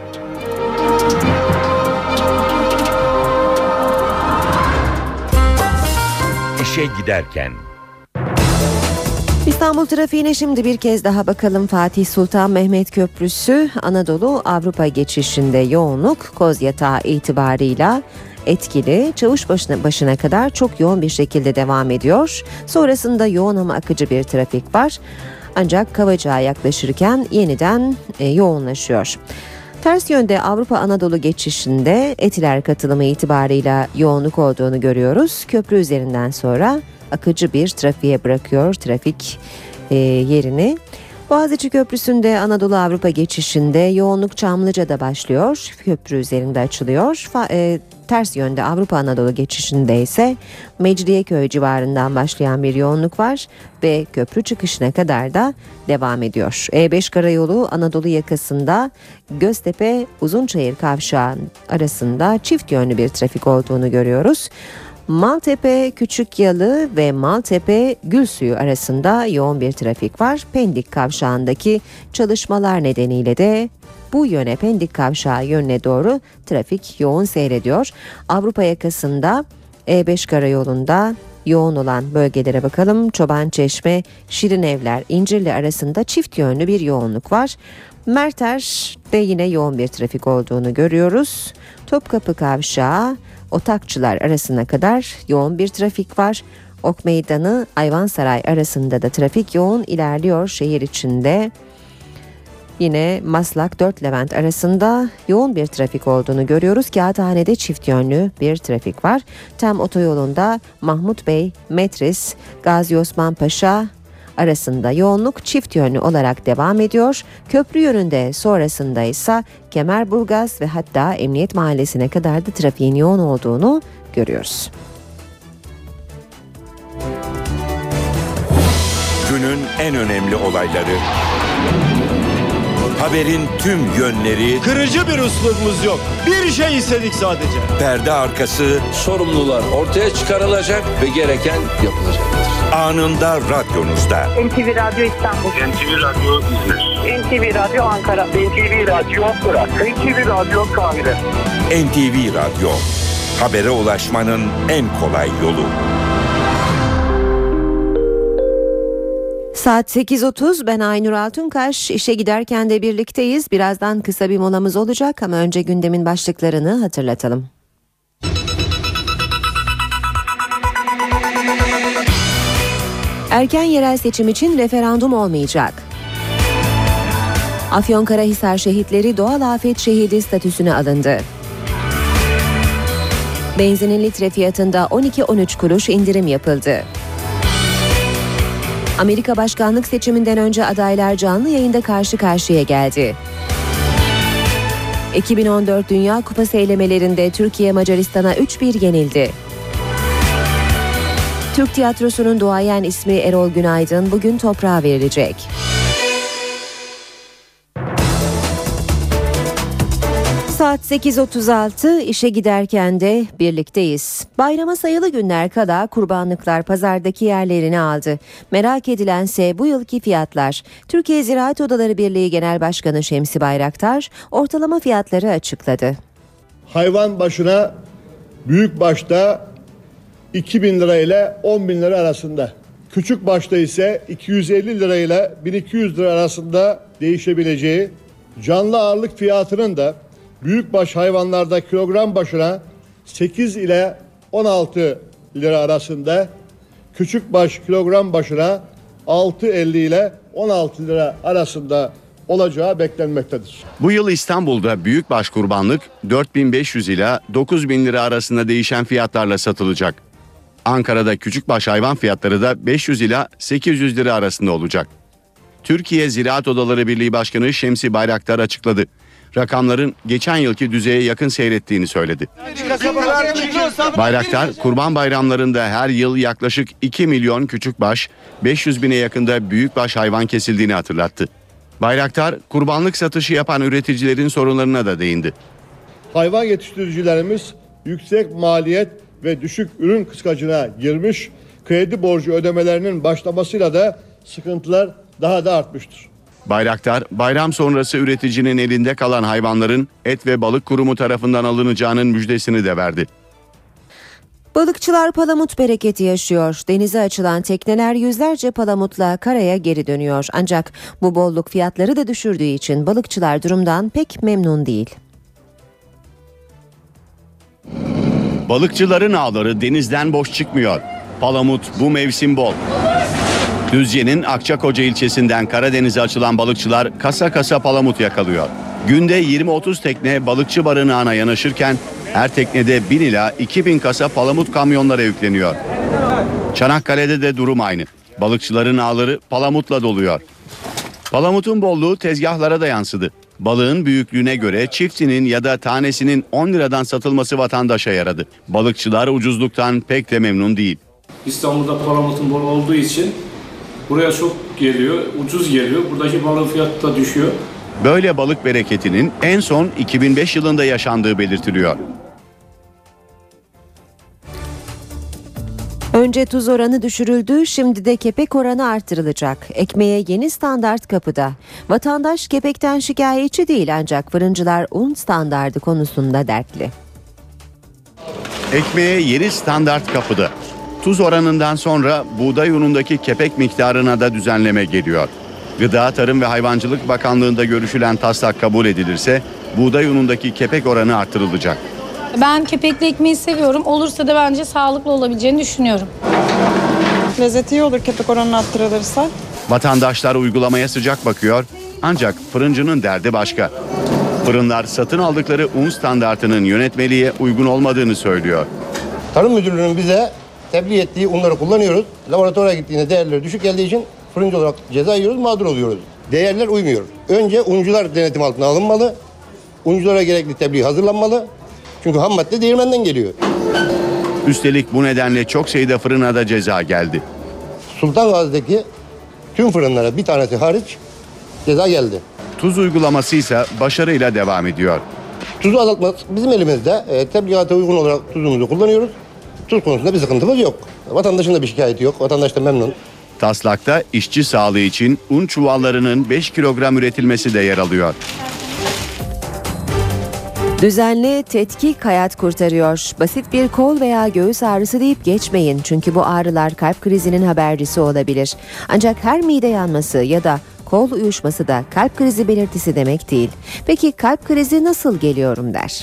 İşe giderken. İstanbul trafiğine şimdi bir kez daha bakalım. Fatih Sultan Mehmet Köprüsü Anadolu Avrupa geçişinde yoğunluk Kozyatağı itibarıyla etkili. Çavuşbaşı'na başına kadar çok yoğun bir şekilde devam ediyor. Sonrasında yoğun ama akıcı bir trafik var. Ancak Kavacık'a yaklaşırken yeniden e, yoğunlaşıyor. Ters yönde Avrupa Anadolu geçişinde Etiler katılımı itibarıyla yoğunluk olduğunu görüyoruz. Köprü üzerinden sonra akıcı bir trafiğe bırakıyor trafik e, yerini. Boğaziçi Köprüsü'nde Anadolu Avrupa geçişinde yoğunluk Çamlıca'da başlıyor. Köprü üzerinde açılıyor. Fa- e, ters yönde Avrupa Anadolu geçişinde ise Mecidiyeköy civarından başlayan bir yoğunluk var ve köprü çıkışına kadar da devam ediyor. E beş karayolu Anadolu yakasında Göztepe Uzunçayır kavşağı arasında çift yönlü bir trafik olduğunu görüyoruz. Maltepe Küçükyalı ve Maltepe Gülsuyu arasında yoğun bir trafik var. Pendik kavşağındaki çalışmalar nedeniyle de bu yöne Pendik kavşağı yönüne doğru trafik yoğun seyrediyor. Avrupa yakasında E beş karayolunda yoğun olan bölgelere bakalım. Çobançeşme, Şirinevler, İncirli arasında çift yönlü bir yoğunluk var. Merter'de yine yoğun bir trafik olduğunu görüyoruz. Topkapı kavşağı Otakçılar arasına kadar yoğun bir trafik var. Ok Meydanı Ayvansaray arasında da trafik yoğun ilerliyor şehir içinde. Yine Maslak dört Levent arasında yoğun bir trafik olduğunu görüyoruz. Kağıthane'de çift yönlü bir trafik var. Tem otoyolunda Mahmut Bey, Metris, Gazi Osman Paşa arasında yoğunluk çift yönlü olarak devam ediyor. Köprü yönünde sonrasında ise Kemerburgaz ve hatta Emniyet Mahallesi'ne kadar da trafiğin yoğun olduğunu görüyoruz. Günün en önemli olayları, haberin tüm yönleri, Kırıcı bir üslubumuz yok. Bir şey istedik sadece. perde arkası, Sorumlular ortaya çıkarılacak ve gereken yapılacaktır. anında radyonuzda. N T V Radyo İstanbul. N T V Radyo İzmir. N T V Radyo Ankara. N T V Radyo Irak. N T V Radyo Kahire. N T V Radyo, habere ulaşmanın en kolay yolu. Saat sekiz otuz, ben Aynur Altunkaş. İşe giderken de birlikteyiz. Birazdan kısa bir molamız olacak ama önce gündemin başlıklarını hatırlatalım. Erken yerel seçim için referandum olmayacak. Afyonkarahisar şehitleri doğal afet şehidi statüsüne alındı. Benzinin litre fiyatında on iki on üç kuruş indirim yapıldı. Amerika başkanlık seçiminden önce adaylar canlı yayında karşı karşıya geldi. iki bin on dört Dünya Kupası elemelerinde Türkiye Macaristan'a üç bir yenildi. Türk tiyatrosunun duayen ismi Erol Günaydın bugün toprağa verilecek. Saat sekiz otuz altı, işe giderken de birlikteyiz. Bayrama sayılı günler kala kurbanlıklar pazardaki yerlerini aldı. Merak edilense bu yılki fiyatlar. Türkiye Ziraat Odaları Birliği Genel Başkanı Şemsi Bayraktar ortalama fiyatları açıkladı. Hayvan başına büyük başta iki bin lira ile on bin lira arasında. Küçük başta ise iki yüz elli lira ile bin iki yüz lira arasında değişebileceği, canlı ağırlık fiyatının da büyükbaş hayvanlarda kilogram başına sekiz ile on altı lira arasında, küçükbaş kilogram başına altı elli ile on altı lira arasında olacağı beklenmektedir. Bu yıl İstanbul'da büyükbaş kurbanlık dört bin beş yüz ila dokuz bin lira arasında değişen fiyatlarla satılacak. Ankara'da küçükbaş hayvan fiyatları da beş yüz ila sekiz yüz lira arasında olacak. Türkiye Ziraat Odaları Birliği Başkanı Şemsi Bayraktar açıkladı. Rakamların geçen yılki düzeye yakın seyrettiğini söyledi. Bayraktar, kurban bayramlarında her yıl yaklaşık iki milyon küçükbaş, beş yüz bine yakında büyükbaş hayvan kesildiğini hatırlattı. Bayraktar, kurbanlık satışı yapan üreticilerin sorunlarına da değindi. Hayvan yetiştiricilerimiz yüksek maliyet ve düşük ürün kıskacına girmiş, kredi borcu ödemelerinin başlamasıyla da sıkıntılar daha da artmıştır. Bayraktar, bayram sonrası üreticinin elinde kalan hayvanların Et ve Balık Kurumu tarafından alınacağının müjdesini de verdi. Balıkçılar palamut bereketi yaşıyor. Denize açılan tekneler yüzlerce palamutla karaya geri dönüyor. Ancak bu bolluk fiyatları da düşürdüğü için balıkçılar durumdan pek memnun değil. Balıkçıların ağları denizden boş çıkmıyor. Palamut bu mevsim bol. Düzce'nin Akçakoca ilçesinden Karadeniz'e açılan balıkçılar kasa kasa palamut yakalıyor. Günde yirmi otuz tekne balıkçı barınağına yanaşırken her teknede bin ila iki bin kasa palamut kamyonlara yükleniyor. Çanakkale'de de durum aynı. Balıkçıların ağları palamutla doluyor. Palamutun bolluğu tezgahlara da yansıdı. Balığın büyüklüğüne göre çiftinin ya da tanesinin on liradan satılması vatandaşa yaradı. Balıkçılar ucuzluktan pek de memnun değil. İstanbul'da palamutun bol olduğu için buraya çok geliyor, ucuz geliyor. Buradaki balığın fiyatı da düşüyor. Böyle balık bereketinin en son iki bin beş yılında yaşandığı belirtiliyor. Önce tuz oranı düşürüldü, şimdi de kepek oranı artırılacak. Ekmeğe yeni standart kapıda. Vatandaş kepekten şikayetçi değil ancak fırıncılar un standardı konusunda dertli. Ekmeğe yeni standart kapıda. Tuz oranından sonra buğday unundaki kepek miktarına da düzenleme geliyor. Gıda, Tarım ve Hayvancılık Bakanlığı'nda görüşülen taslak kabul edilirse buğday unundaki kepek oranı artırılacak. Ben kepekli ekmeği seviyorum. Olursa da bence sağlıklı olabileceğini düşünüyorum. Lezzeti iyi olur kepek oranı arttırılırsa. Vatandaşlar uygulamaya sıcak bakıyor ancak fırıncının derdi başka. Fırınlar satın aldıkları un standartının yönetmeliğe uygun olmadığını söylüyor. Tarım Müdürlüğü'nün bize tebliğ ettiği unları kullanıyoruz. Laboratuvara gittiğinde değerleri düşük geldiği için fırıncı olarak ceza yiyoruz, mağdur oluyoruz. Değerler uymuyor. Önce uncular denetim altına alınmalı. Unculara gerekli tebliğ hazırlanmalı. Çünkü ham madde değirmenden geliyor. Üstelik bu nedenle çok sayıda fırına da ceza geldi. Sultan Gazi'deki tüm fırınlara bir tanesi hariç ceza geldi. Tuz uygulaması ise başarıyla devam ediyor. Tuzu azaltmak bizim elimizde. E, tebliğata uygun olarak tuzumuzu kullanıyoruz. Tuz konusunda bir sıkıntımız yok. Vatandaşın da bir şikayeti yok. Vatandaş da memnun. Taslakta işçi sağlığı için un çuvallarının beş kilogram üretilmesi de yer alıyor. Düzenli tetkik hayat kurtarıyor. Basit bir kol veya göğüs ağrısı deyip geçmeyin. Çünkü bu ağrılar kalp krizinin habercisi olabilir. Ancak her mide yanması ya da kol uyuşması da kalp krizi belirtisi demek değil. Peki kalp krizi nasıl geliyorum der.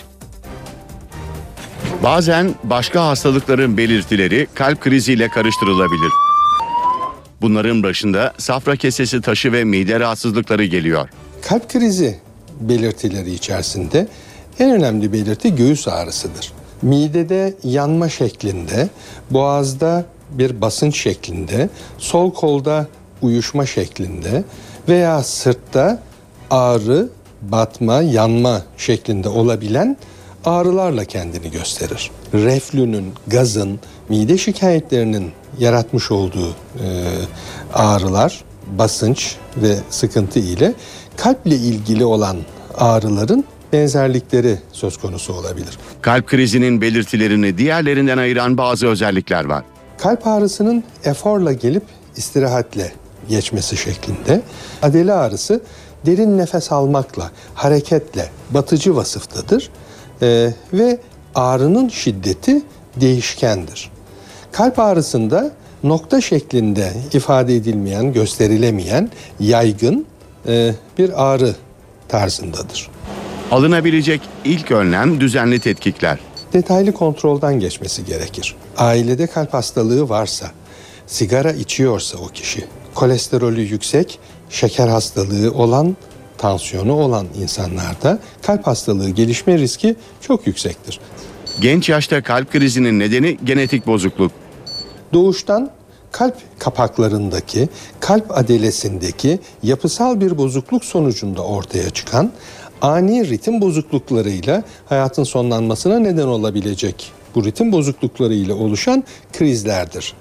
Bazen başka hastalıkların belirtileri kalp kriziyle karıştırılabilir. Bunların başında safra kesesi taşı ve mide rahatsızlıkları geliyor. Kalp krizi belirtileri içerisinde en önemli belirti göğüs ağrısıdır. Midede yanma şeklinde, boğazda bir basınç şeklinde, sol kolda uyuşma şeklinde veya sırtta ağrı, batma, yanma şeklinde olabilen ağrılarla kendini gösterir. Reflünün, gazın, mide şikayetlerinin yaratmış olduğu e, ağrılar, basınç ve sıkıntı ile kalple ilgili olan ağrıların benzerlikleri söz konusu olabilir. Kalp krizinin belirtilerini diğerlerinden ayıran bazı özellikler var. Kalp ağrısının eforla gelip istirahatle geçmesi şeklinde. Adele ağrısı derin nefes almakla, hareketle batıcı vasıftadır ee, ve ağrının şiddeti değişkendir. Kalp ağrısında nokta şeklinde ifade edilmeyen, gösterilemeyen, yaygın e, bir ağrı tarzındadır. Alınabilecek ilk önlem düzenli tetkikler. Detaylı kontrolden geçmesi gerekir. Ailede kalp hastalığı varsa, sigara içiyorsa o kişi, kolesterolü yüksek, şeker hastalığı olan, tansiyonu olan insanlarda kalp hastalığı gelişme riski çok yüksektir. Genç yaşta kalp krizinin nedeni genetik bozukluk. Doğuştan kalp kapaklarındaki, kalp adelesindeki yapısal bir bozukluk sonucunda ortaya çıkan ani ritim bozukluklarıyla hayatın sonlanmasına neden olabilecek bu ritim bozukluklarıyla oluşan krizlerdir.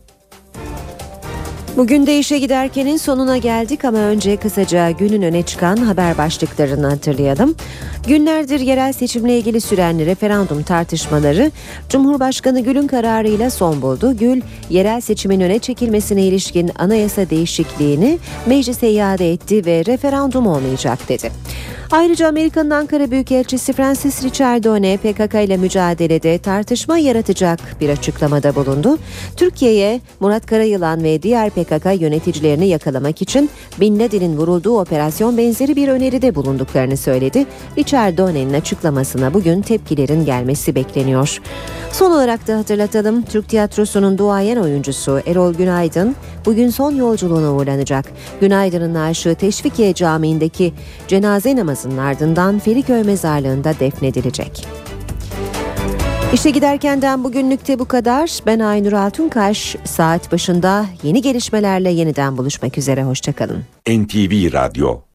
Bugün de işe giderkenin sonuna geldik ama önce kısaca günün öne çıkan haber başlıklarını hatırlayalım. Günlerdir yerel seçimle ilgili süren referandum tartışmaları Cumhurbaşkanı Gül'ün kararıyla son buldu. Gül, yerel seçimin öne çekilmesine ilişkin anayasa değişikliğini meclise iade etti ve referandum olmayacak dedi. Ayrıca Amerika'nın Ankara Büyükelçisi Francis Ricciardone P K K ile mücadelede tartışma yaratacak bir açıklamada bulundu. Türkiye'ye Murat Karayılan ve diğer P K K yöneticilerini yakalamak için Bin Laden'in vurulduğu operasyon benzeri bir öneride bulunduklarını söyledi. Ricciardone'nin açıklamasına bugün tepkilerin gelmesi bekleniyor. Son olarak da hatırlatalım, Türk tiyatrosunun duayen oyuncusu Erol Günaydın bugün son yolculuğuna uğurlanacak. Günaydın'ın naaşı Teşvikiye Camii'ndeki cenaze namazının ardından Feriköy Mezarlığı'nda defnedilecek. İşe giderkenden bugünlükte bu kadar. Ben Aynur Altunkaş. Saat başında yeni gelişmelerle yeniden buluşmak üzere. Hoşçakalın. N T V Radyo